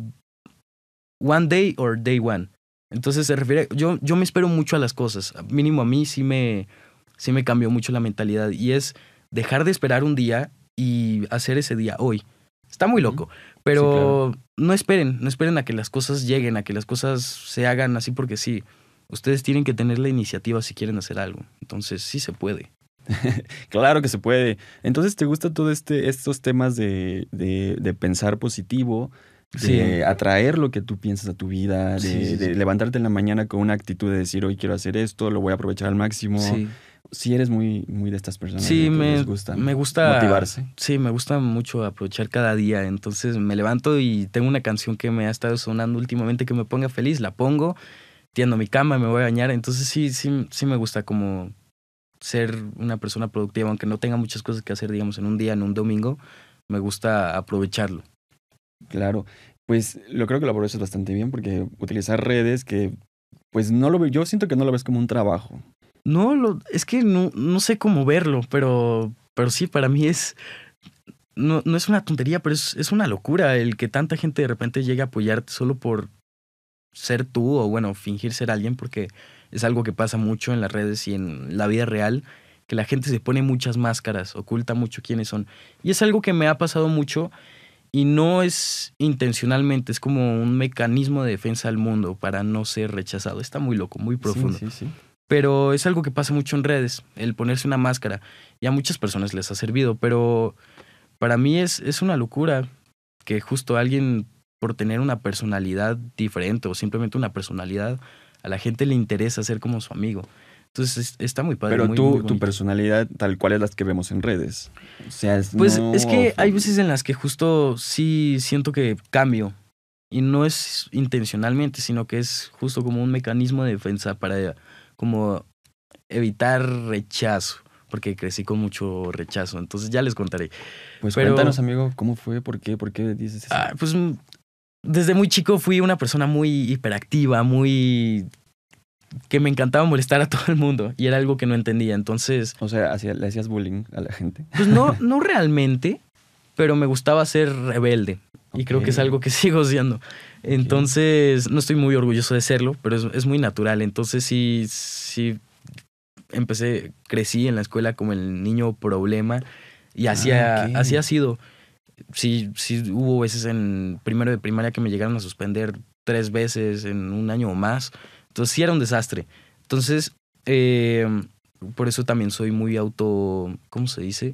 one day or day one. Entonces se refiere, yo me espero mucho a las cosas. Mínimo a mí sí me cambió mucho la mentalidad y es dejar de esperar un día y hacer ese día hoy. Está muy loco, pero no esperen a que las cosas lleguen, a que las cosas se hagan así porque sí. Ustedes tienen que tener la iniciativa si quieren hacer algo. Entonces, sí se puede. Claro que se puede. Entonces, ¿te gusta todo estos temas de pensar positivo, Sí, de atraer lo que tú piensas a tu vida, sí. de levantarte en la mañana con una actitud de decir, hoy quiero hacer esto, lo voy a aprovechar al máximo? Sí. Sí, eres muy, muy de estas personas Sí, de que les gusta me gusta. motivarse. Sí, me gusta mucho aprovechar cada día. Entonces me levanto y tengo una canción que me ha estado sonando últimamente que me ponga feliz. La pongo, tiendo mi cama, me voy a bañar. Entonces sí me gusta como ser una persona productiva, aunque no tenga muchas cosas que hacer, digamos, en un día, en un domingo. Me gusta aprovecharlo. Claro. Pues lo creo que lo aprovechas bastante bien porque utilizar redes que, pues no lo veo, yo siento que no lo ves como un trabajo. No, es que no sé cómo verlo, pero sí, para mí no es una tontería, pero es una locura el que tanta gente de repente llegue a apoyarte solo por ser tú o bueno, fingir ser alguien, porque es algo que pasa mucho en las redes y en la vida real, que la gente se pone muchas máscaras, oculta mucho quiénes son. Y es algo que me ha pasado mucho y no es intencionalmente, es como un mecanismo de defensa al mundo para no ser rechazado. Está muy loco, muy profundo. Sí, sí, sí. Pero es algo que pasa mucho en redes, el ponerse una máscara. Y a muchas personas les ha servido, pero para mí es una locura que justo alguien por tener una personalidad diferente o simplemente una personalidad, a la gente le interesa ser como su amigo. Entonces está muy padre, Pero muy tú, tu bonito. personalidad tal cual es las que vemos en redes. O sea, Pues no... es que hay veces en las que justo sí siento que cambio. Y no es intencionalmente, sino que es justo como un mecanismo de defensa para como evitar rechazo, porque crecí con mucho rechazo. Entonces ya les contaré. Pues Pero, cuéntanos, amigo, ¿cómo fue? ¿Por qué dices eso? pues desde muy chico fui una persona muy hiperactiva, muy que me encantaba molestar a todo el mundo y era algo que no entendía. Entonces, O sea, le hacías bullying a la gente. pues no realmente, pero me gustaba ser rebelde y creo que es Ok, algo que sigo siendo. Entonces, no estoy muy orgulloso de serlo, pero es muy natural. Entonces, sí crecí en la escuela como el niño problema y así ok. ha sido. Sí hubo veces en primero de primaria que me llegaron a suspender 3 veces en un año o más. Entonces sí era un desastre. Entonces, por eso también soy muy ¿cómo se dice?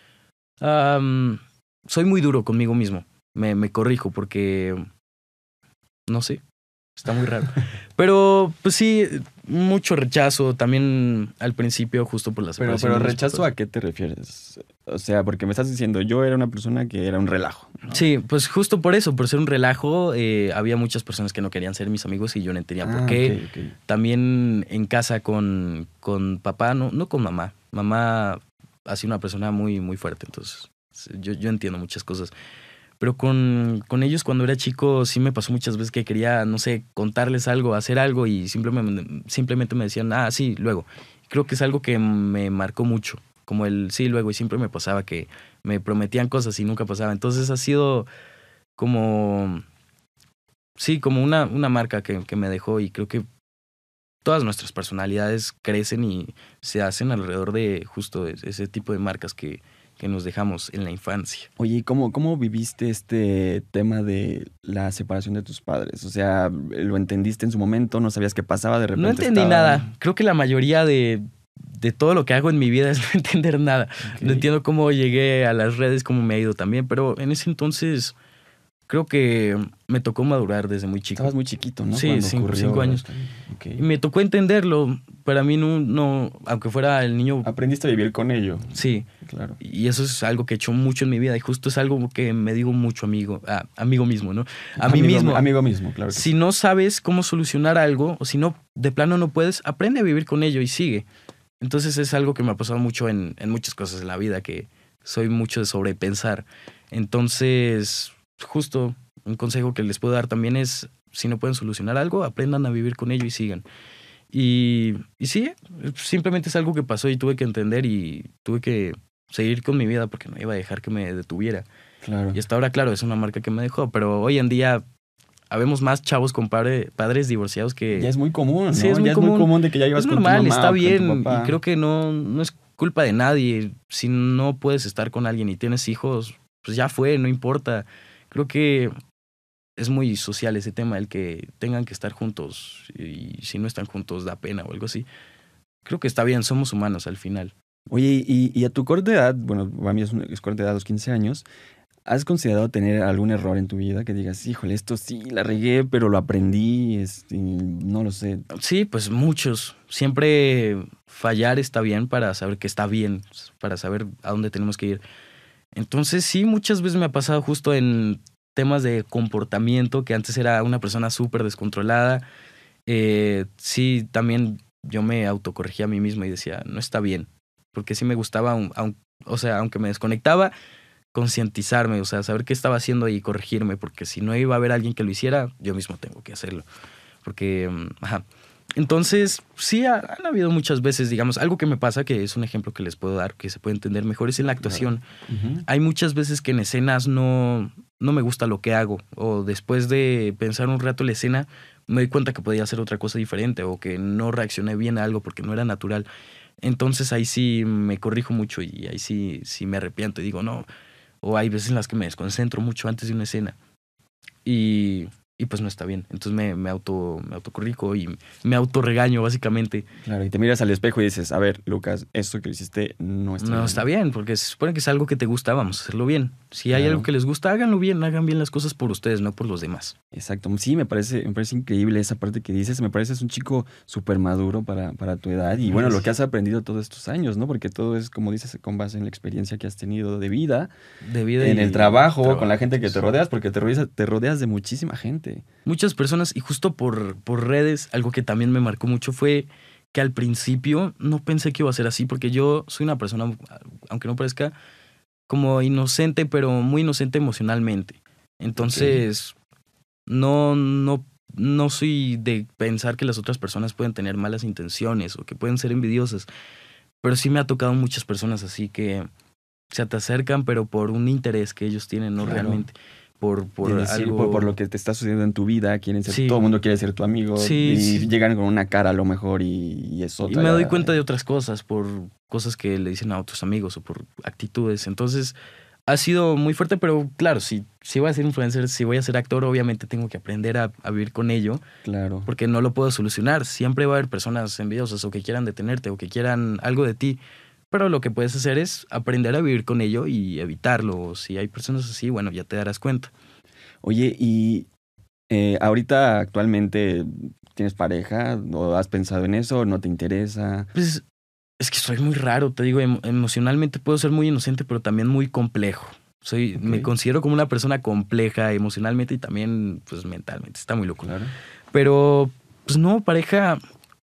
Soy muy duro conmigo mismo. Me corrijo porque, no sé, está muy raro. Pero, pues sí, mucho rechazo también al principio, justo por la separación Pero de mis rechazo, papás. ¿a qué te refieres? O sea, porque me estás diciendo, yo era una persona que era un relajo, ¿no? Sí, pues justo por eso, por ser un relajo, había muchas personas que no querían ser mis amigos y yo no entendía por qué. Ok, ok. También en casa con papá, no con mamá. Mamá ha sido una persona muy, muy fuerte, entonces yo entiendo muchas cosas. Pero con ellos cuando era chico sí me pasó muchas veces que quería, no sé, contarles algo, hacer algo y simplemente me decían, sí, luego. Creo que es algo que me marcó mucho, como el sí, luego, y siempre me pasaba que me prometían cosas y nunca pasaba. Entonces ha sido como, sí, como una marca que me dejó y creo que todas nuestras personalidades crecen y se hacen alrededor de justo ese tipo de marcas que nos dejamos en la infancia. Oye, ¿y cómo viviste este tema de la separación de tus padres? O sea, ¿lo entendiste en su momento? ¿No sabías qué pasaba? De No repente entendí estaba... nada. Creo que la mayoría de todo lo que hago en mi vida es no entender nada. Ok. No entiendo cómo llegué a las redes, cómo me ha ido también, pero en ese entonces creo que me tocó madurar desde muy chico. Estabas muy chiquito, ¿no? Sí, Cuando 5 ocurrió años. esto. Ok. Y me tocó entenderlo. Para mí no, aunque fuera el niño, Aprendiste a vivir con ello. sí. Claro. Y eso es algo que he hecho mucho en mi vida y justo es algo que me digo mucho amigo mismo, ¿no? A mí mismo. Amigo mismo, claro que Si sí. no sabes cómo solucionar algo o si no, de plano no puedes, aprende a vivir con ello y sigue. Entonces es algo que me ha pasado mucho en muchas cosas de la vida, que soy mucho de sobrepensar. Entonces, justo un consejo que les puedo dar también es, si no pueden solucionar algo, aprendan a vivir con ello y sigan. Y sí, simplemente es algo que pasó y tuve que entender y tuve que seguir con mi vida porque no iba a dejar que me detuviera. Claro. Y hasta ahora, claro, es una marca que me dejó, pero hoy en día habemos más chavos con padres divorciados que... Ya es muy común, ¿no? Sí, es muy ya común. es muy común de que ya llevas Es con tu normal, mamá está o con tu bien papá. y creo que no es culpa de nadie. Si no puedes estar con alguien y tienes hijos, pues ya fue, no importa. Creo que es muy social ese tema, el que tengan que estar juntos y si no están juntos da pena o algo así. Creo que está bien, somos humanos al final. Oye, y a tu corta edad, bueno, a mí es corta edad, a los 15 años, ¿has considerado tener algún error en tu vida que digas, híjole, esto sí, la regué, pero lo aprendí, no lo sé? Sí, pues muchos. Siempre fallar está bien para saber que está bien, para saber a dónde tenemos que ir. Entonces sí, muchas veces me ha pasado justo en temas de comportamiento, que antes era una persona súper descontrolada. Sí, también yo me autocorregía a mí mismo y decía, no está bien. Porque sí me gustaba, o sea, aunque me desconectaba, concientizarme, o sea, saber qué estaba haciendo y corregirme, porque si no iba a haber alguien que lo hiciera, yo mismo tengo que hacerlo. Porque, ajá. Entonces, sí, han habido muchas veces, digamos, algo que me pasa, que es un ejemplo que les puedo dar, que se puede entender mejor, es en la actuación. Ujú. Hay muchas veces que en escenas no me gusta lo que hago, o después de pensar un rato la escena, me doy cuenta que podía hacer otra cosa diferente, o que no reaccioné bien a algo porque no era natural. Entonces ahí sí me corrijo mucho y ahí sí me arrepiento y digo, no. O hay veces en las que me desconcentro mucho antes de una escena. Y pues no está bien. Entonces me autocorrijo y me autorregaño, básicamente. Claro, y te miras al espejo y dices, a ver, Lucas, esto que hiciste no está bien. No está bien, porque se supone que es algo que te gusta, vamos a hacerlo bien. Si hay Claro. algo que les gusta, háganlo bien, hagan bien las cosas por ustedes, no por los demás. Exacto. Sí, me parece increíble esa parte que dices. Me parece es un chico súper maduro para tu edad. Y bueno, lo que has aprendido todos estos años, ¿no? Porque todo es, como dices, con base en la experiencia que has tenido de vida, en el trabajo, con la gente que te rodeas, porque te rodeas de muchísima gente. Muchas personas, y justo por redes, algo que también me marcó mucho fue que al principio no pensé que iba a ser así, porque yo soy una persona, aunque no parezca, como inocente, pero muy inocente emocionalmente. Entonces, no soy de pensar que las otras personas pueden tener malas intenciones o que pueden ser envidiosas. Pero sí me ha tocado muchas personas así que se te acercan, pero por un interés que ellos tienen, no Claro. realmente. Por Decir, algo. por lo que te está sucediendo en tu vida, quieren ser, Sí. todo el mundo quiere ser tu amigo, Sí, y sí. llegan con una cara a lo mejor y es Y otra. me doy cuenta de otras cosas, por cosas que le dicen a otros amigos o por actitudes. Entonces, ha sido muy fuerte, pero claro, si voy a ser influencer, si voy a ser actor, obviamente tengo que aprender a vivir con ello, Claro. porque no lo puedo solucionar. Siempre va a haber personas envidiosas o que quieran detenerte o que quieran algo de ti, pero lo que puedes hacer es aprender a vivir con ello y evitarlo. O si hay personas así, bueno, ya te darás cuenta. Oye, y ahorita actualmente tienes pareja, o has pensado en eso, no te interesa. Pues es que soy muy raro, te digo, emocionalmente puedo ser muy inocente, pero también muy complejo. Me considero como una persona compleja emocionalmente y también, pues, mentalmente. Está muy loco. Claro. Pero, pues no, pareja,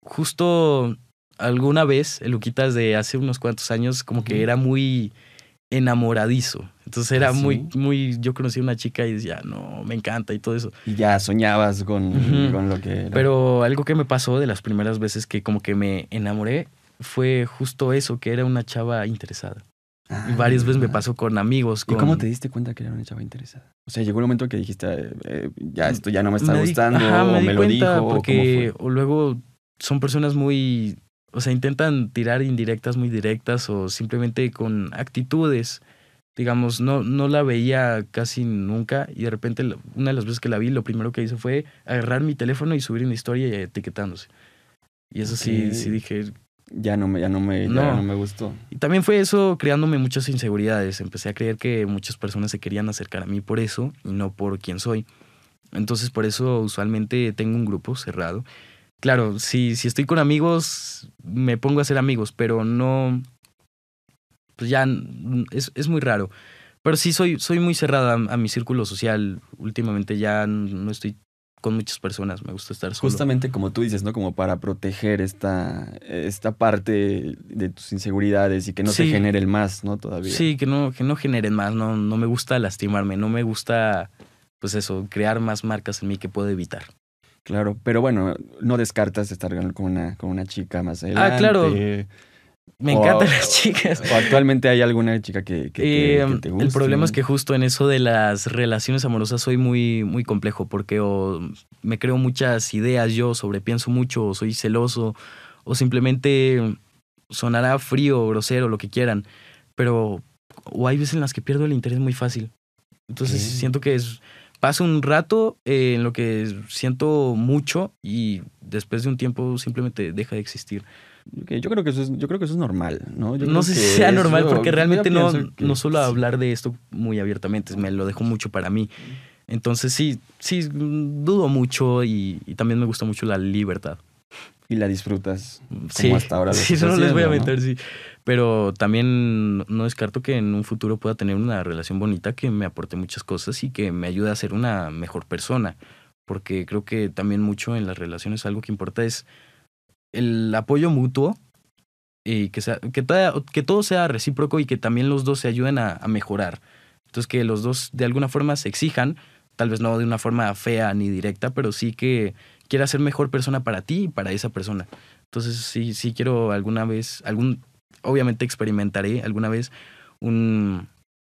justo alguna vez, el Luquitas de hace unos cuantos años, como que era muy enamoradizo. Entonces era muy, yo conocí a una chica y decía, no, me encanta y todo eso. Y ya soñabas con lo que era. Pero algo que me pasó de las primeras veces que como que me enamoré fue justo eso, que era una chava interesada. Y varias veces me pasó con amigos. ¿Y cómo te diste cuenta que era una chava interesada? O sea, llegó un momento que dijiste, ya esto ya no me está gustando, me o me lo dijo, porque o luego son personas muy, o sea, intentan tirar indirectas muy directas o simplemente con actitudes. Digamos, no la veía casi nunca y de repente una de las veces que la vi, lo primero que hizo fue agarrar mi teléfono y subir una historia y etiquetándose. Y eso sí dije... Ya no me gustó. Y también fue eso creándome muchas inseguridades. Empecé a creer que muchas personas se querían acercar a mí por eso y no por quién soy. Entonces por eso usualmente tengo un grupo cerrado. Claro, si estoy con amigos, me pongo a ser amigos, pero no... Pues ya es muy raro. Pero sí soy muy cerrada a mi círculo social. Últimamente ya no estoy con muchas personas, me gusta estar solo. Justamente como tú dices, ¿no? Como para proteger esta parte de tus inseguridades y que no te genere el más, ¿no? Todavía. Sí, que no generen más, no me gusta lastimarme, no me gusta, pues eso, crear más marcas en mí que puedo evitar. Claro, pero bueno, no descartas estar con una chica más adelante. Claro. Me encantan las chicas. ¿O actualmente hay alguna chica que te guste? El problema es que justo en eso de las relaciones amorosas soy muy, muy complejo porque o me creo muchas ideas yo, sobrepienso mucho, o soy celoso, o simplemente sonará frío, grosero, lo que quieran, pero o hay veces en las que pierdo el interés muy fácil. Entonces siento que es pasa un rato en lo que siento mucho y después de un tiempo simplemente deja de existir. Yo creo que eso es normal, ¿no? No sé si sea normal porque realmente no suelo hablar de esto muy abiertamente, me lo dejo mucho para mí. Entonces sí, dudo mucho y también me gusta mucho la libertad. Y la disfrutas como hasta ahora. Sí, eso no les voy a meter, ¿no? Sí. Pero también no descarto que en un futuro pueda tener una relación bonita que me aporte muchas cosas y que me ayude a ser una mejor persona. Porque creo que también mucho en las relaciones algo que importa es el apoyo mutuo y que todo sea recíproco y que también los dos se ayuden a mejorar. Entonces que los dos de alguna forma se exijan, tal vez no de una forma fea ni directa, pero sí que quiera ser mejor persona para ti y para esa persona. Entonces sí quiero alguna vez, obviamente experimentaré alguna vez una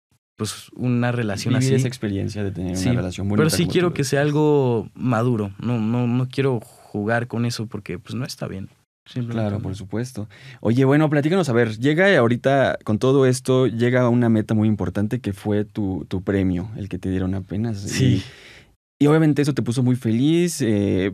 relación Vivir así. esa experiencia de tener una relación bonita. Pero sí quiero que sea algo maduro. No quiero jugar con eso porque pues no está bien. Claro, por supuesto. Oye, bueno, platícanos, a ver, llega ahorita, con todo esto, llega una meta muy importante que fue tu premio, el que te dieron apenas. Sí. Y obviamente eso te puso muy feliz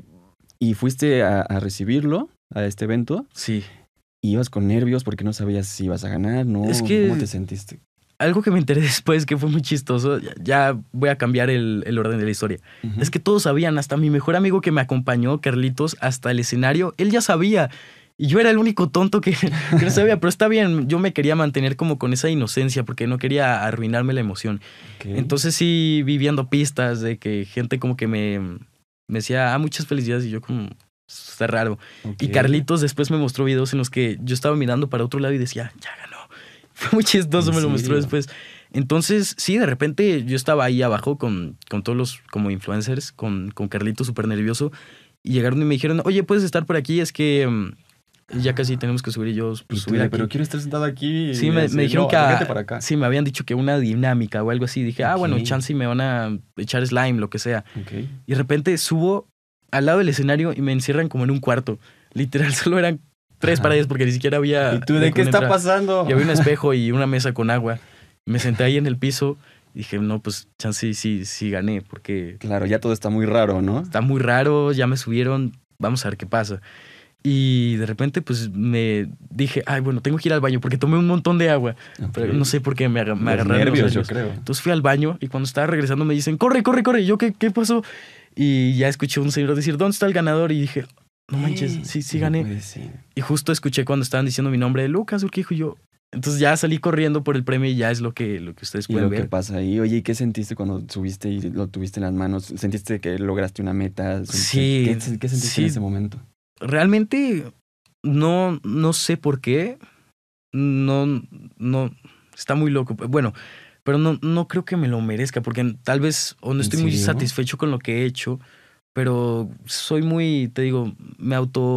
y fuiste a recibirlo, a este evento. Sí. Y ibas con nervios porque no sabías si ibas a ganar, ¿no? Es que ¿Cómo te sentiste? Algo que me enteré después que fue muy chistoso, ya voy a cambiar el orden de la historia. Uh-huh. Es que todos sabían, hasta mi mejor amigo que me acompañó, Carlitos, hasta el escenario, él ya sabía. Y yo era el único tonto que no sabía, pero está bien, yo me quería mantener como con esa inocencia porque no quería arruinarme la emoción. Okay. Entonces sí vi viendo pistas de que gente como que me decía, muchas felicidades, y yo como, está raro. Okay. Y Carlitos después me mostró videos en los que yo estaba mirando para otro lado y decía, ya ganó. Fue muy chistoso, me lo mostró después. Entonces, sí, de repente yo estaba ahí abajo con todos los como influencers, con Carlitos súper nervioso, y llegaron y me dijeron, oye, ¿puedes estar por aquí? Es que ya casi tenemos que subir, y yo pues subir aquí. Pero quiero estar sentado aquí. Sí, me dijeron que sí, me habían dicho que una dinámica o algo así. Dije, bueno, chance y me van a echar slime, lo que sea. Okay. Y de repente subo al lado del escenario y me encierran como en un cuarto. Literal, solo eran 3 paredes porque ni siquiera había... ¿Y tú de qué está pasando? Y había un espejo y una mesa con agua. Me senté ahí en el piso y dije, no, pues chance sí gané porque... Claro, ya todo está muy raro, ¿no? Está muy raro, ya me subieron, vamos a ver qué pasa. Y de repente pues me dije, bueno, tengo que ir al baño porque tomé un montón de agua. Okay. Pero no sé por qué me agarraron nervios, yo creo. Entonces fui al baño y cuando estaba regresando me dicen, corre. Y yo, ¿qué pasó? Y ya escuché a un señor decir, ¿dónde está el ganador? Y dije... No manches, sí gané. Y justo escuché cuando estaban diciendo mi nombre, Lucas Urquijo, y yo. Entonces ya salí corriendo por el premio y ya es lo que ustedes pueden ver. ¿Y lo que pasa ahí? Oye, ¿y qué sentiste cuando subiste y lo tuviste en las manos? ¿Sentiste que lograste una meta? Sí. ¿Qué sentiste en ese momento? Realmente no sé por qué. No, está muy loco. Bueno, pero no creo que me lo merezca porque tal vez no estoy muy satisfecho con lo que he hecho. Pero soy muy, te digo, me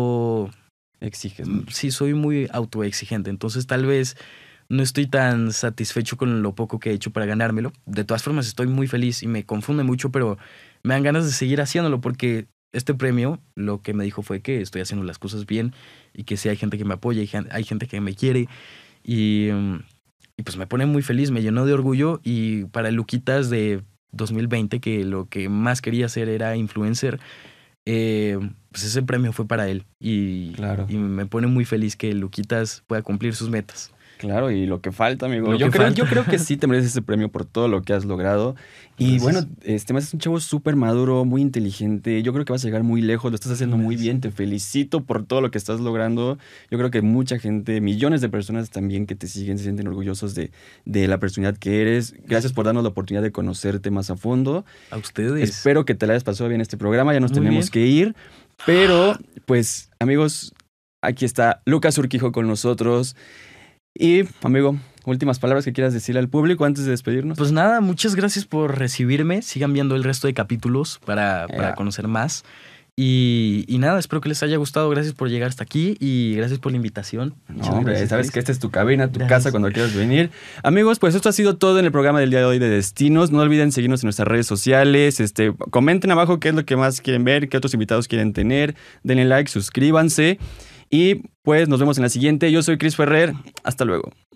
exiges. Sí, soy muy autoexigente. Entonces tal vez no estoy tan satisfecho con lo poco que he hecho para ganármelo. De todas formas estoy muy feliz y me confunde mucho, pero me dan ganas de seguir haciéndolo porque este premio lo que me dijo fue que estoy haciendo las cosas bien y que sí hay gente que me apoya y hay gente que me quiere y pues me pone muy feliz, me llenó de orgullo. Y para el Luquitas de 2020, que lo que más quería hacer era influencer, pues ese premio fue para él y me pone muy feliz que Luquitas pueda cumplir sus metas. Claro, y lo que falta, amigo. Yo creo que sí te mereces ese premio por todo lo que has logrado. Y bueno, me haces un chavo súper maduro, muy inteligente. Yo creo que vas a llegar muy lejos, lo estás haciendo muy bien. Te felicito por todo lo que estás logrando. Yo creo que mucha gente, millones de personas también que te siguen, se sienten orgullosos de la personalidad que eres. Gracias por darnos la oportunidad de conocerte más a fondo. A ustedes. Espero que te la hayas pasado bien este programa. Ya nos tenemos que ir. Pero, pues, amigos, aquí está Lucas Urquijo con nosotros. Y, amigo, últimas palabras que quieras decirle al público antes de despedirnos. Pues nada, muchas gracias por recibirme. Sigan viendo el resto de capítulos para conocer más. Y nada, espero que les haya gustado. Gracias por llegar hasta aquí y gracias por la invitación. No, hombre, sabes que esta es tu cabina, tu casa cuando quieras venir. Amigos, pues esto ha sido todo en el programa del día de hoy de Destinos. No olviden seguirnos en nuestras redes sociales. Comenten abajo qué es lo que más quieren ver, qué otros invitados quieren tener. Denle like, suscríbanse. Y pues nos vemos en la siguiente. Yo soy Chris Ferrer. Hasta luego.